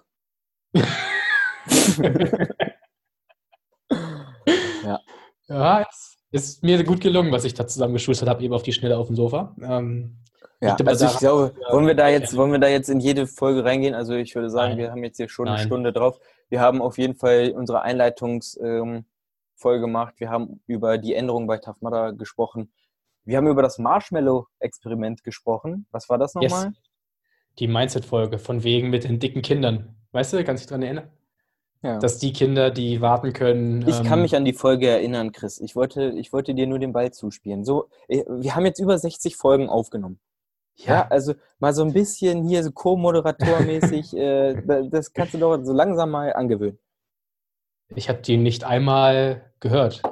Ja, es ist mir gut gelungen, was ich da zusammengeschustert habe, eben auf die Schnelle auf dem Sofa. Ja, Liegt aber also ich daran, glaube, dass wollen wir da jetzt in jede Folge reingehen? Also ich würde sagen, wir nein, haben jetzt hier schon eine nein. Stunde drauf. Wir haben auf jeden Fall unsere Folge gemacht. Wir haben über die Änderung bei Tough Mudder gesprochen. Wir haben über das Marshmallow-Experiment gesprochen. Was war das Yes, nochmal? die Mindset-Folge von wegen mit den dicken Kindern. Weißt du, kannst du dich dran erinnern? Ja. Dass die Kinder, die warten können, Ich kann mich an die Folge erinnern, Chris. Ich wollte dir nur den Ball zuspielen. So, wir haben jetzt über 60 Folgen aufgenommen. Ja, ja, also mal so ein bisschen hier so Co-Moderator-mäßig, das kannst du doch so langsam mal angewöhnen. ich habe die nicht einmal gehört.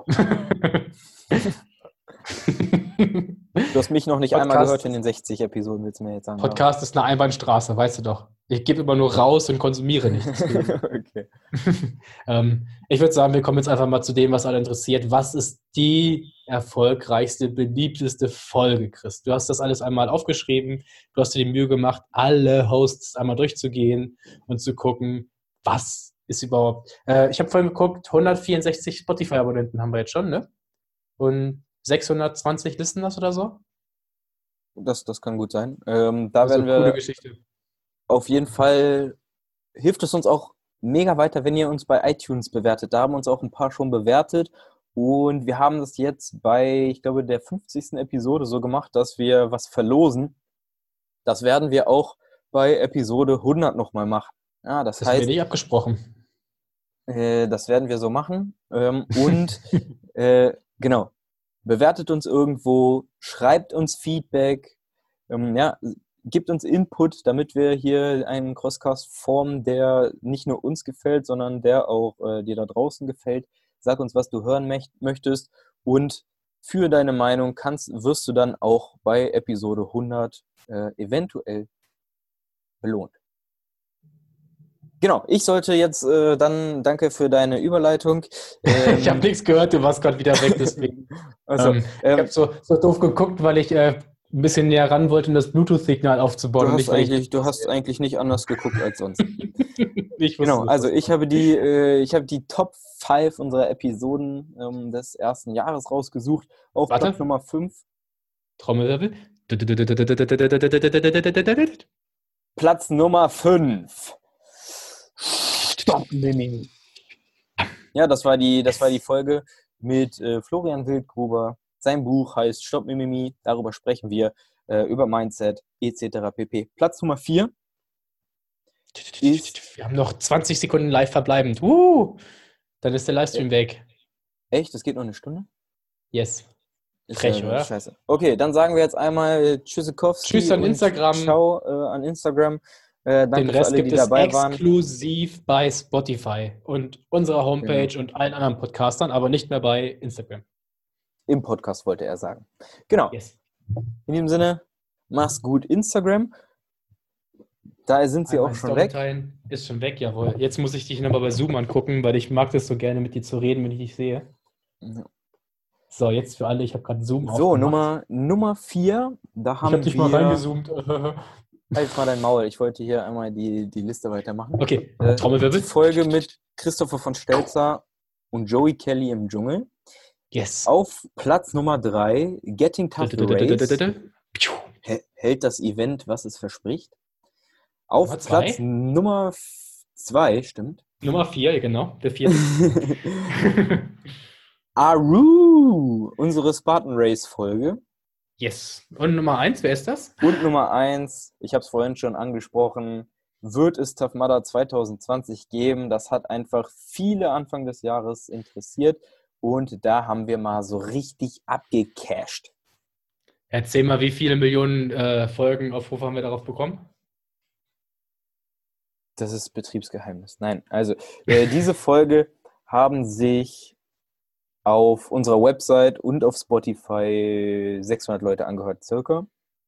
Du hast mich noch nicht einmal gehört Podcast, in den 60 Episoden, willst du mir jetzt sagen. Podcast ist eine Einbahnstraße, weißt du doch. Ich gebe immer nur raus und konsumiere nicht. Deswegen. Okay. Ich würde sagen, wir kommen jetzt einfach mal zu dem, was alle interessiert. Was ist die erfolgreichste, beliebteste Folge, Chris? Du hast das alles einmal aufgeschrieben. Du hast dir die Mühe gemacht, alle Hosts einmal durchzugehen und zu gucken, was ist überhaupt. Ich habe vorhin geguckt, 164 Spotify-Abonnenten haben wir jetzt schon, ne? Und 620 Listeners oder so. Das kann gut sein. Da Also werden coole wir Geschichte. auf jeden Fall, hilft es uns auch mega weiter, wenn ihr uns bei iTunes bewertet. Da haben uns auch ein paar schon bewertet. Und wir haben das jetzt bei, ich glaube, der 50. Episode so gemacht, dass wir was verlosen. Das werden wir auch bei Episode 100 nochmal machen. Ja, das Das haben wir heißt, nicht abgesprochen. das werden wir so machen. Genau, bewertet uns irgendwo, schreibt uns Feedback, ja, gibt uns Input, damit wir hier einen Crosscast formen, der nicht nur uns gefällt, sondern der auch dir da draußen gefällt. Sag uns, was du hören möchtest und für deine Meinung wirst du dann auch bei Episode 100 eventuell belohnt. Genau, ich sollte jetzt danke für deine Überleitung. Ich habe nichts gehört, du warst gerade wieder weg, deswegen. Also, Ich habe so doof geguckt, weil ich ein bisschen näher ran wollte, um das Bluetooth-Signal aufzubauen und nicht, weil ich du hast eigentlich nicht anders geguckt als sonst. ich Genau, wusste, dass also das ich kommt. habe die Top 5 unserer Episoden des ersten Jahres rausgesucht. Auf Platz Warte, Nummer 5. Trommelwirbel. Platz Nummer 5. Stopp, Mimi. Ja, das war die Folge mit Florian Wildgruber. Sein Buch heißt Stopp Mimimi. Darüber sprechen wir, über Mindset etc. pp. Platz Nummer 4 ist, Wir haben noch 20 Sekunden live verbleibend. Dann ist der äh, Livestream weg. echt, das geht noch eine Stunde? Yes. Ist Frech, ja oder? scheiße. Okay, dann sagen wir jetzt einmal Tschüss Tschüssikowski an und Instagram. Ciao an Instagram. Den Danke für Rest alle, gibt die es dabei waren. exklusiv bei Spotify und unserer Genau. Homepage und allen anderen Podcastern, aber nicht mehr bei Instagram. Im Podcast wollte er sagen. Genau. Yes. In diesem Sinne, mach's gut, Instagram. Da sind sie Einmal auch schon Story weg. teilen. Ist schon weg, jawohl. Jetzt muss ich dich nochmal bei Zoom angucken, weil ich mag das so gerne, mit dir zu reden, wenn ich dich sehe. So, jetzt für alle, ich habe gerade Zoom So, aufgemacht. Nummer 4. Da Ich habe haben dich mal wir. reingezoomt. Halt jetzt mal dein Maul. Ich wollte hier einmal die Liste weitermachen. Okay, Die Trommelwirbel. Folge mit Christopher von Stelzer und Joey Kelly im Dschungel. Yes. Auf Platz Nummer 3, Getting Tough the Race. Hält das Event, was es verspricht. Auf Nummer Platz 2. Nummer 2, stimmt. Nummer 4, genau, der vierte. Aru, unsere Spartan Race Folge. Yes. Und Nummer 1, wer ist das? Und Nummer 1, ich habe es vorhin schon angesprochen, wird es Tough Mudder 2020 geben. Das hat einfach viele Anfang des Jahres interessiert und da haben wir mal so richtig abgecasht. Erzähl mal, wie viele Millionen Folgenaufrufe haben wir darauf bekommen? Das ist Betriebsgeheimnis. Nein, also diese Folge haben sich auf unserer Website und auf Spotify 600 Leute angehört, circa.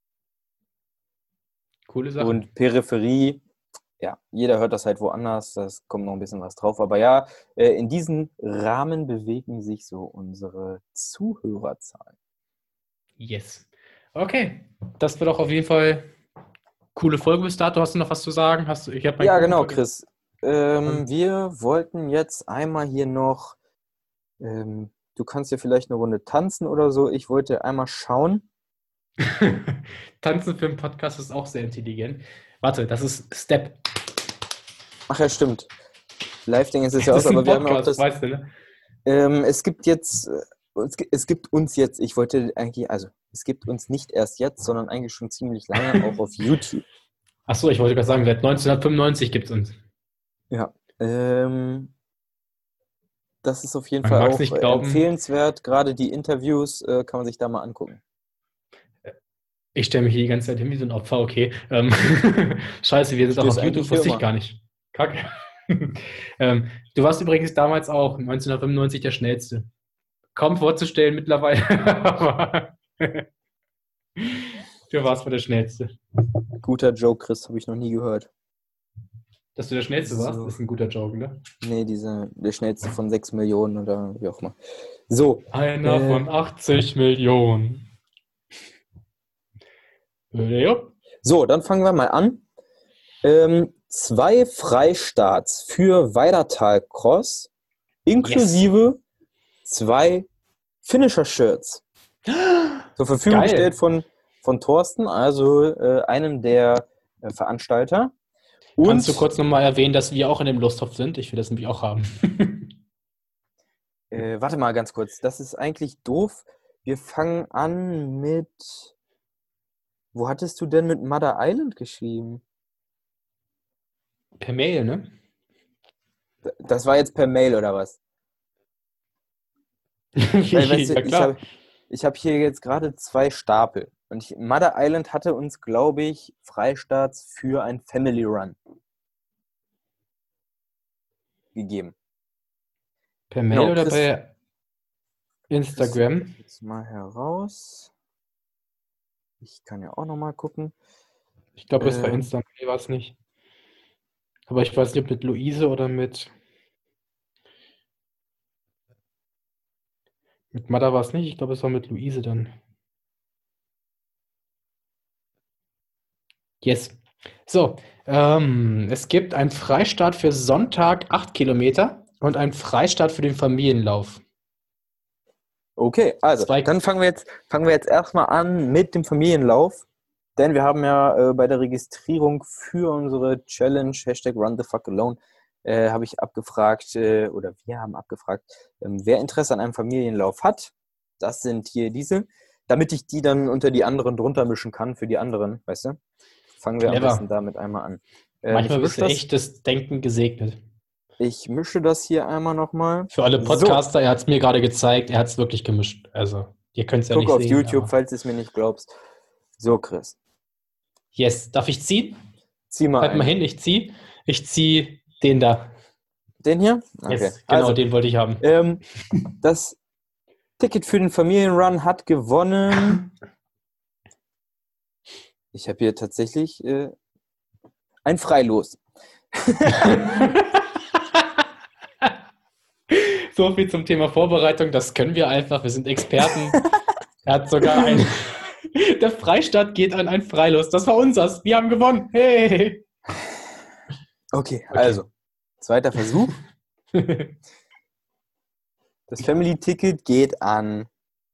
Coole Sache. Und Peripherie, ja, jeder hört das halt woanders, das kommt noch ein bisschen was drauf. Aber ja, in diesem Rahmen bewegen sich so unsere Zuhörerzahlen. Yes. Okay, das wird auch auf jeden Fall coole Folge bis dato. Hast du noch was zu sagen? Ja, genau, Chris. Wir wollten jetzt einmal hier noch, du kannst ja vielleicht eine Runde tanzen oder so. Ich wollte einmal schauen, Tanzen für einen Podcast ist auch sehr intelligent. Warte, das ist Step. Ach ja, stimmt. Live-Ding ist es ja Das aus, ist ein aber wir haben ja auch Podcast, das. weißt du, ne? Es gibt jetzt, es gibt uns jetzt, ich wollte eigentlich, also es gibt uns nicht erst jetzt, sondern eigentlich schon ziemlich lange auch auf YouTube. Achso, ich wollte gerade sagen, seit 1995 gibt es uns. Ja. Das ist auf jeden Man Fall mag es auch nicht glauben. empfehlenswert. Gerade die Interviews kann man sich da mal angucken. Ich stelle mich hier die ganze Zeit hin wie so ein Opfer, okay. Scheiße, wir sind auch Stehst auf YouTube, eigentlich hier wusste ich immer. gar nicht. Kacke. Du warst übrigens damals auch 1995 der Schnellste. Kaum vorzustellen mittlerweile, aber du warst mal der Schnellste. Guter Joke, Chris, habe ich noch nie gehört. Dass du der Schnellste warst, So. ist ein guter Joke, ne? Nee, der schnellste von 6 Millionen oder wie auch immer. So. Einer von 80 Millionen. Jupp. So, dann fangen wir mal an. 2 Freistarts für Weidertal Cross inklusive 2 Finisher-Shirts zur Verfügung gestellt Geil. von Thorsten, also einem der Veranstalter. Kannst du Und kurz nochmal erwähnen, dass wir auch in dem Lostopf sind? Ich will das nämlich auch haben. warte mal ganz kurz, das ist eigentlich doof. Wir fangen an mit. Wo hattest du denn mit Mother Island geschrieben? Per Mail, ne? Das war jetzt per Mail oder was? Weil, weißt du, Ja, klar. ich hab hier jetzt gerade 2 Stapel. Und Mother Island hatte uns, glaube ich, Freistarts für ein Family Run gegeben. Per Mail Genau, oder Chris, per Chris sucht das Instagram? jetzt mal heraus. Ich kann ja auch noch mal gucken. Ich glaube, es war Ähm, Instagram, nee, war es nicht. Aber ich weiß nicht, ob mit Luise oder mit Mada war es nicht. Ich glaube, es war mit Luise dann. Yes. So, es gibt einen Freistart für Sonntag 8 Kilometer und einen Freistart für den Familienlauf. okay, also Zwei, dann fangen wir jetzt erstmal an mit dem Familienlauf. Denn wir haben ja bei der Registrierung für unsere Challenge, Hashtag #RunTheFuckAlone, habe ich abgefragt, oder wir haben abgefragt, wer Interesse an einem Familienlauf hat. Das sind hier diese, damit ich die dann unter die anderen drunter mischen kann für die anderen, weißt du? Fangen wir am besten clever. damit einmal an. Manchmal bist du echt das Denken gesegnet. Ich mische das hier einmal nochmal. Für alle So, Podcaster, er hat es mir gerade gezeigt, er hat es wirklich gemischt. Also, ihr könnt es ja guck nicht auf sehen, YouTube, aber. falls du es mir nicht glaubst. So, Chris, Yes. Darf ich ziehen? zieh mal Halt mal ein. hin, ich ziehe. Ich ziehe den da. Den hier? Okay, Yes, genau, also, den wollte ich haben. das Ticket für den Familienrun hat gewonnen. Ich habe hier tatsächlich ein Freilos. So viel zum Thema Vorbereitung, das können wir einfach, wir sind Experten. Er hat sogar ein. Der Freistaat geht an ein Freilos. Das war unseres. Wir haben gewonnen. Hey! Okay, Okay. also, zweiter Versuch. Das Family-Ticket geht an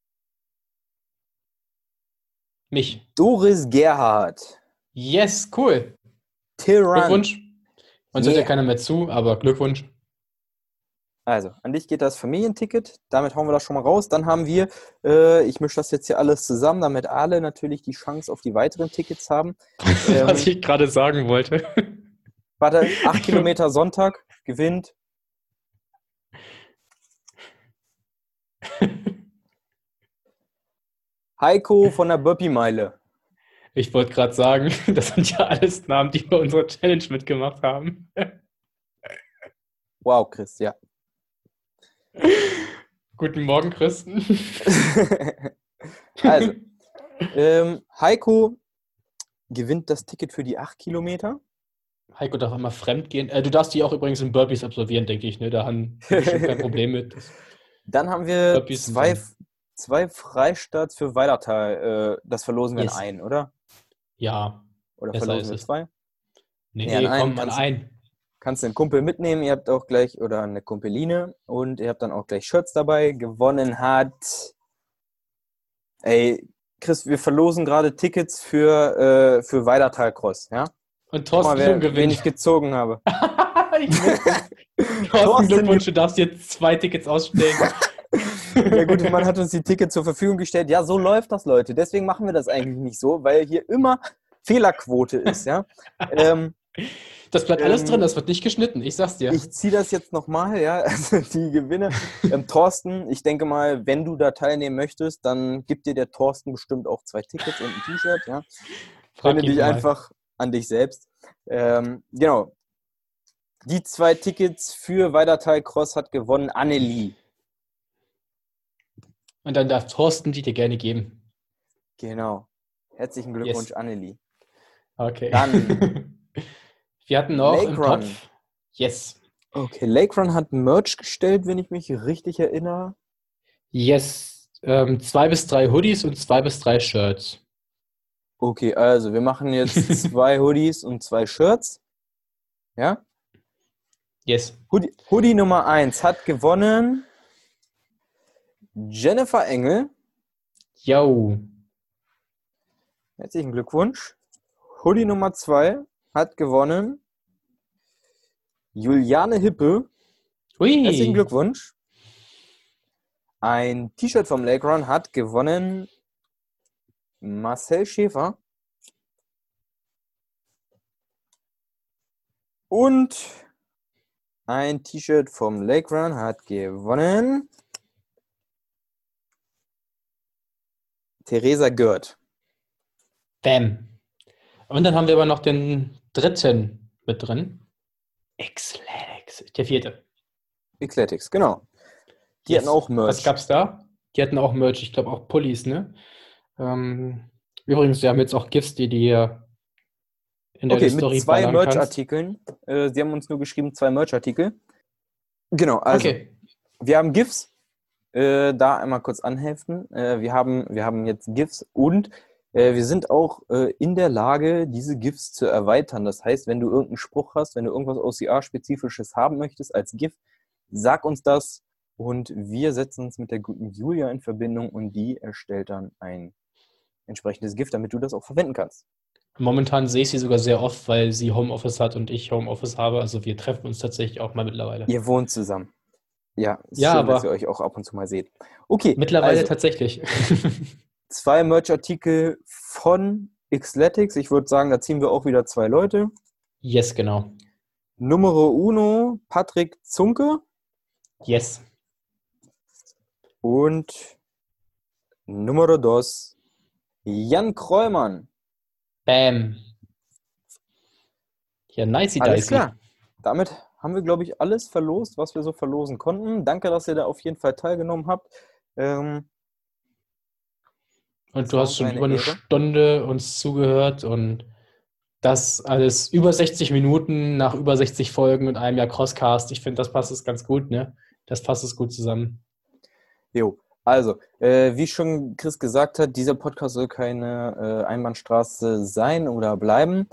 Mich. Doris Gerhardt. Yes, cool. Tyrann. Glückwunsch. Uns hört ja Yeah. keiner mehr zu, aber Glückwunsch. Also, an dich geht das Familienticket. Damit hauen wir das schon mal raus. Dann haben wir, ich mische das jetzt hier alles zusammen, damit alle natürlich die Chance auf die weiteren Tickets haben. Was ich gerade sagen wollte. Warte, 8 Kilometer Sonntag gewinnt. Heiko von der Burpee-Meile. Ich wollte gerade sagen, das sind ja alles Namen, die bei unserer Challenge mitgemacht haben. Wow, Chris, ja. Guten Morgen, Chris. Also, Heiko gewinnt das Ticket für die 8 Kilometer. Heiko darf einmal fremd gehen. Du darfst die auch übrigens in Burpees absolvieren, denke ich. Ne? Da haben wir bestimmt kein Problem mit. Dann haben wir Burpees sind zwei Freistarts für Weidertal. Das verlosen wir Yes. an einen, oder? Ja, Oder besser verlosen ist wir es. 2? Nee, Nee, an einen komm, an einen. Kannst einen Kumpel mitnehmen. Ihr habt auch gleich, oder eine Kumpeline. Und ihr habt dann auch gleich Shirts dabei. Gewonnen hat. Ey, Chris, wir verlosen gerade Tickets für Weidertal Cross, ja? Und Guck mal, Thorsten Klum wen gewinnt. ich gezogen habe. Thorsten, Glückwunsch, du darfst jetzt 2 Tickets ausstellen. Der gute Mann hat uns die Tickets zur Verfügung gestellt. Ja, so läuft das, Leute. Deswegen machen wir das eigentlich nicht so, weil hier immer Fehlerquote ist, ja? Das bleibt alles drin, das wird nicht geschnitten, ich sag's dir. Ich ziehe das jetzt nochmal, ja, also die Gewinne. Thorsten, ich denke mal, wenn du da teilnehmen möchtest, dann gibt dir der Thorsten bestimmt auch 2 Tickets und ein T-Shirt, ja. Wende dich einfach an dich selbst. Genau. Die 2 Tickets für Weidertal Cross hat gewonnen Annelie. Und dann darf Thorsten die dir gerne geben. Genau. Herzlichen Glückwunsch, yes. Annelie. Okay. Dann wir hatten noch Lake im Run. Topf. Yes. Okay, Lake Run hat Merch gestellt, wenn ich mich richtig erinnere. Yes. 2 bis 3 Hoodies und 2 bis 3 Shirts. Okay, also wir machen jetzt 2 Hoodies und 2 Shirts. Ja? Yes. Hoodie Nummer 1 hat gewonnen Jennifer Engel. Yo. Herzlichen Glückwunsch. Hoodie Nummer 2 hat gewonnen Juliane Hippe. Ui. Herzlichen Glückwunsch. Ein T-Shirt vom Lake Run hat gewonnen Marcel Schäfer. Und ein T-Shirt vom Lake Run hat gewonnen Theresa Görth. Bam. Und dann haben wir aber noch den 3. mit drin. Xletics, der 4. Xletics, genau. Die hatten auch Merch. Was gab's da? Die hatten auch Merch, ich glaube auch Pullis, ne? Übrigens, wir haben jetzt auch GIFs, die hier in der Story mit 2 Merch-Artikeln. Sie haben uns nur geschrieben, 2 Merch-Artikel. Genau, also wir haben GIFs. Da einmal kurz anhelfen. Wir haben jetzt GIFs und wir sind auch in der Lage, diese GIFs zu erweitern. Das heißt, wenn du irgendeinen Spruch hast, wenn du irgendwas OCR-Spezifisches haben möchtest als GIF, sag uns das und wir setzen uns mit der guten Julia in Verbindung und die erstellt dann ein entsprechendes GIF, damit du das auch verwenden kannst. Momentan sehe ich sie sogar sehr oft, weil sie Homeoffice hat und ich Homeoffice habe. Also wir treffen uns tatsächlich auch mal mittlerweile. Ihr wohnt zusammen. Ja, ist ja, schön, aber dass ihr euch auch ab und zu mal seht. Okay. Mittlerweile also, tatsächlich. 2 Merch-Artikel von Xletics. Ich würde sagen, da ziehen wir auch wieder 2 Leute. Yes, genau. Numero 1, Patrick Zunke. Yes. Und Numero 2, Jan Krollmann. Bam. Ja, nicey dicey. Alles klar. Damit haben wir, glaube ich, alles verlost, was wir so verlosen konnten. Danke, dass ihr da auf jeden Fall teilgenommen habt. Und du hast schon über eine Stunde uns zugehört und das alles über 60 Minuten nach über 60 Folgen und einem Jahr Crosscast. Ich finde, das passt es ganz gut, ne? Das passt es gut zusammen. Jo, also, wie schon Chris gesagt hat, dieser Podcast soll keine Einbahnstraße sein oder bleiben.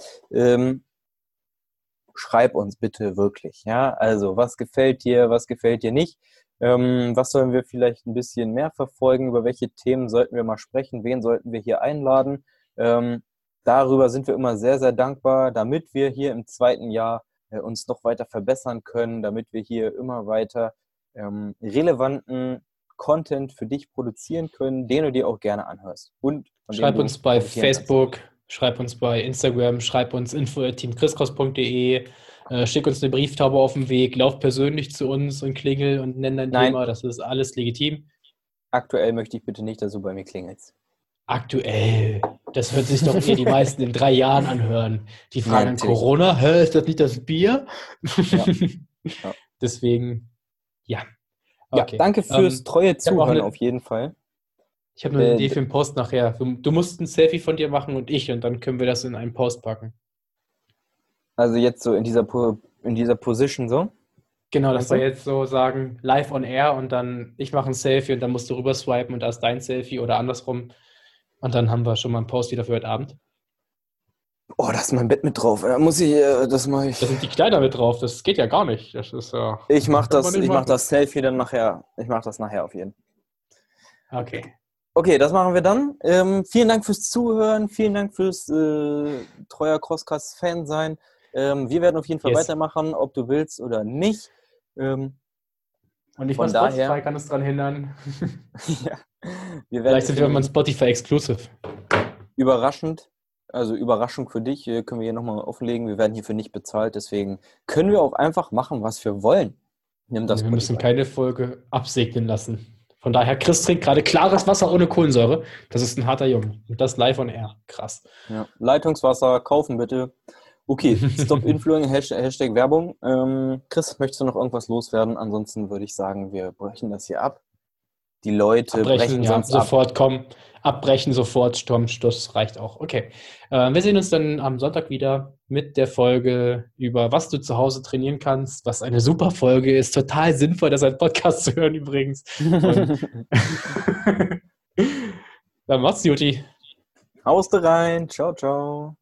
Schreib uns bitte wirklich, ja? Also, was gefällt dir nicht? Was sollen wir vielleicht ein bisschen mehr verfolgen? Über welche Themen sollten wir mal sprechen? Wen sollten wir hier einladen? Darüber sind wir immer sehr, sehr dankbar, damit wir hier im 2. Jahr uns noch weiter verbessern können, damit wir hier immer weiter relevanten Content für dich produzieren können, den du dir auch gerne anhörst. Und schreib uns bei Facebook, schreib uns bei Instagram, schreib uns info@teamchriscross.de, schick uns eine Brieftaube auf den Weg, lauf persönlich zu uns und klingel und nenn dein Thema, das ist alles legitim. Aktuell möchte ich bitte nicht, dass du bei mir klingelst. Aktuell? Das hört sich doch eher die meisten in 3 Jahren anhören. Die fragen an Corona, ist das nicht das Bier? Ja. Ja. Deswegen, ja. Okay. Ja, danke fürs treue Zuhören auf jeden Fall. Ich habe eine Idee für einen Post nachher. Du musst ein Selfie von dir machen und dann können wir das in einen Post packen. Also jetzt so in dieser Position so? Genau, dass wir jetzt so sagen, live on air und dann ich mache ein Selfie und dann musst du rüber swipen und da ist dein Selfie oder andersrum. Und dann haben wir schon mal einen Post wieder für heute Abend. Oh, da ist mein Bett mit drauf. Das mache ich. Da sind die Kleider mit drauf. Das geht ja gar nicht. Das ist, ich mache das Selfie dann nachher. Ich mache das nachher auf jeden Fall. Okay. Okay, das machen wir dann. Vielen Dank fürs Zuhören, vielen Dank fürs treuer Crosscast-Fan sein. Wir werden auf jeden Fall weitermachen, ob du willst oder nicht. Und nicht von mal Spotify daher kann uns dran hindern. ja, Vielleicht sind wir mal Spotify exclusive. Überraschend, also Überraschung für dich, können wir hier nochmal offenlegen. Wir werden hierfür nicht bezahlt, deswegen können wir auch einfach machen, was wir wollen. Nimm das Wir müssen keine Folge absegnen lassen. Von daher, Chris trinkt gerade klares Wasser ohne Kohlensäure. Das ist ein harter Junge. Und das live on air. Krass. Ja. Leitungswasser, kaufen bitte. Okay, Stop Influencing, Hashtag Werbung. Chris, möchtest du noch irgendwas loswerden? Ansonsten würde ich sagen, wir brechen das hier ab. Die Leute brechen sonst sofort ab. Kommen. Abbrechen sofort, Sturmstoß reicht auch. Okay. Wir sehen uns dann am Sonntag wieder mit der Folge über was du zu Hause trainieren kannst, was eine super Folge ist. Total sinnvoll, das als Podcast zu hören übrigens. Dann macht's Juti. Haust rein. Ciao, ciao.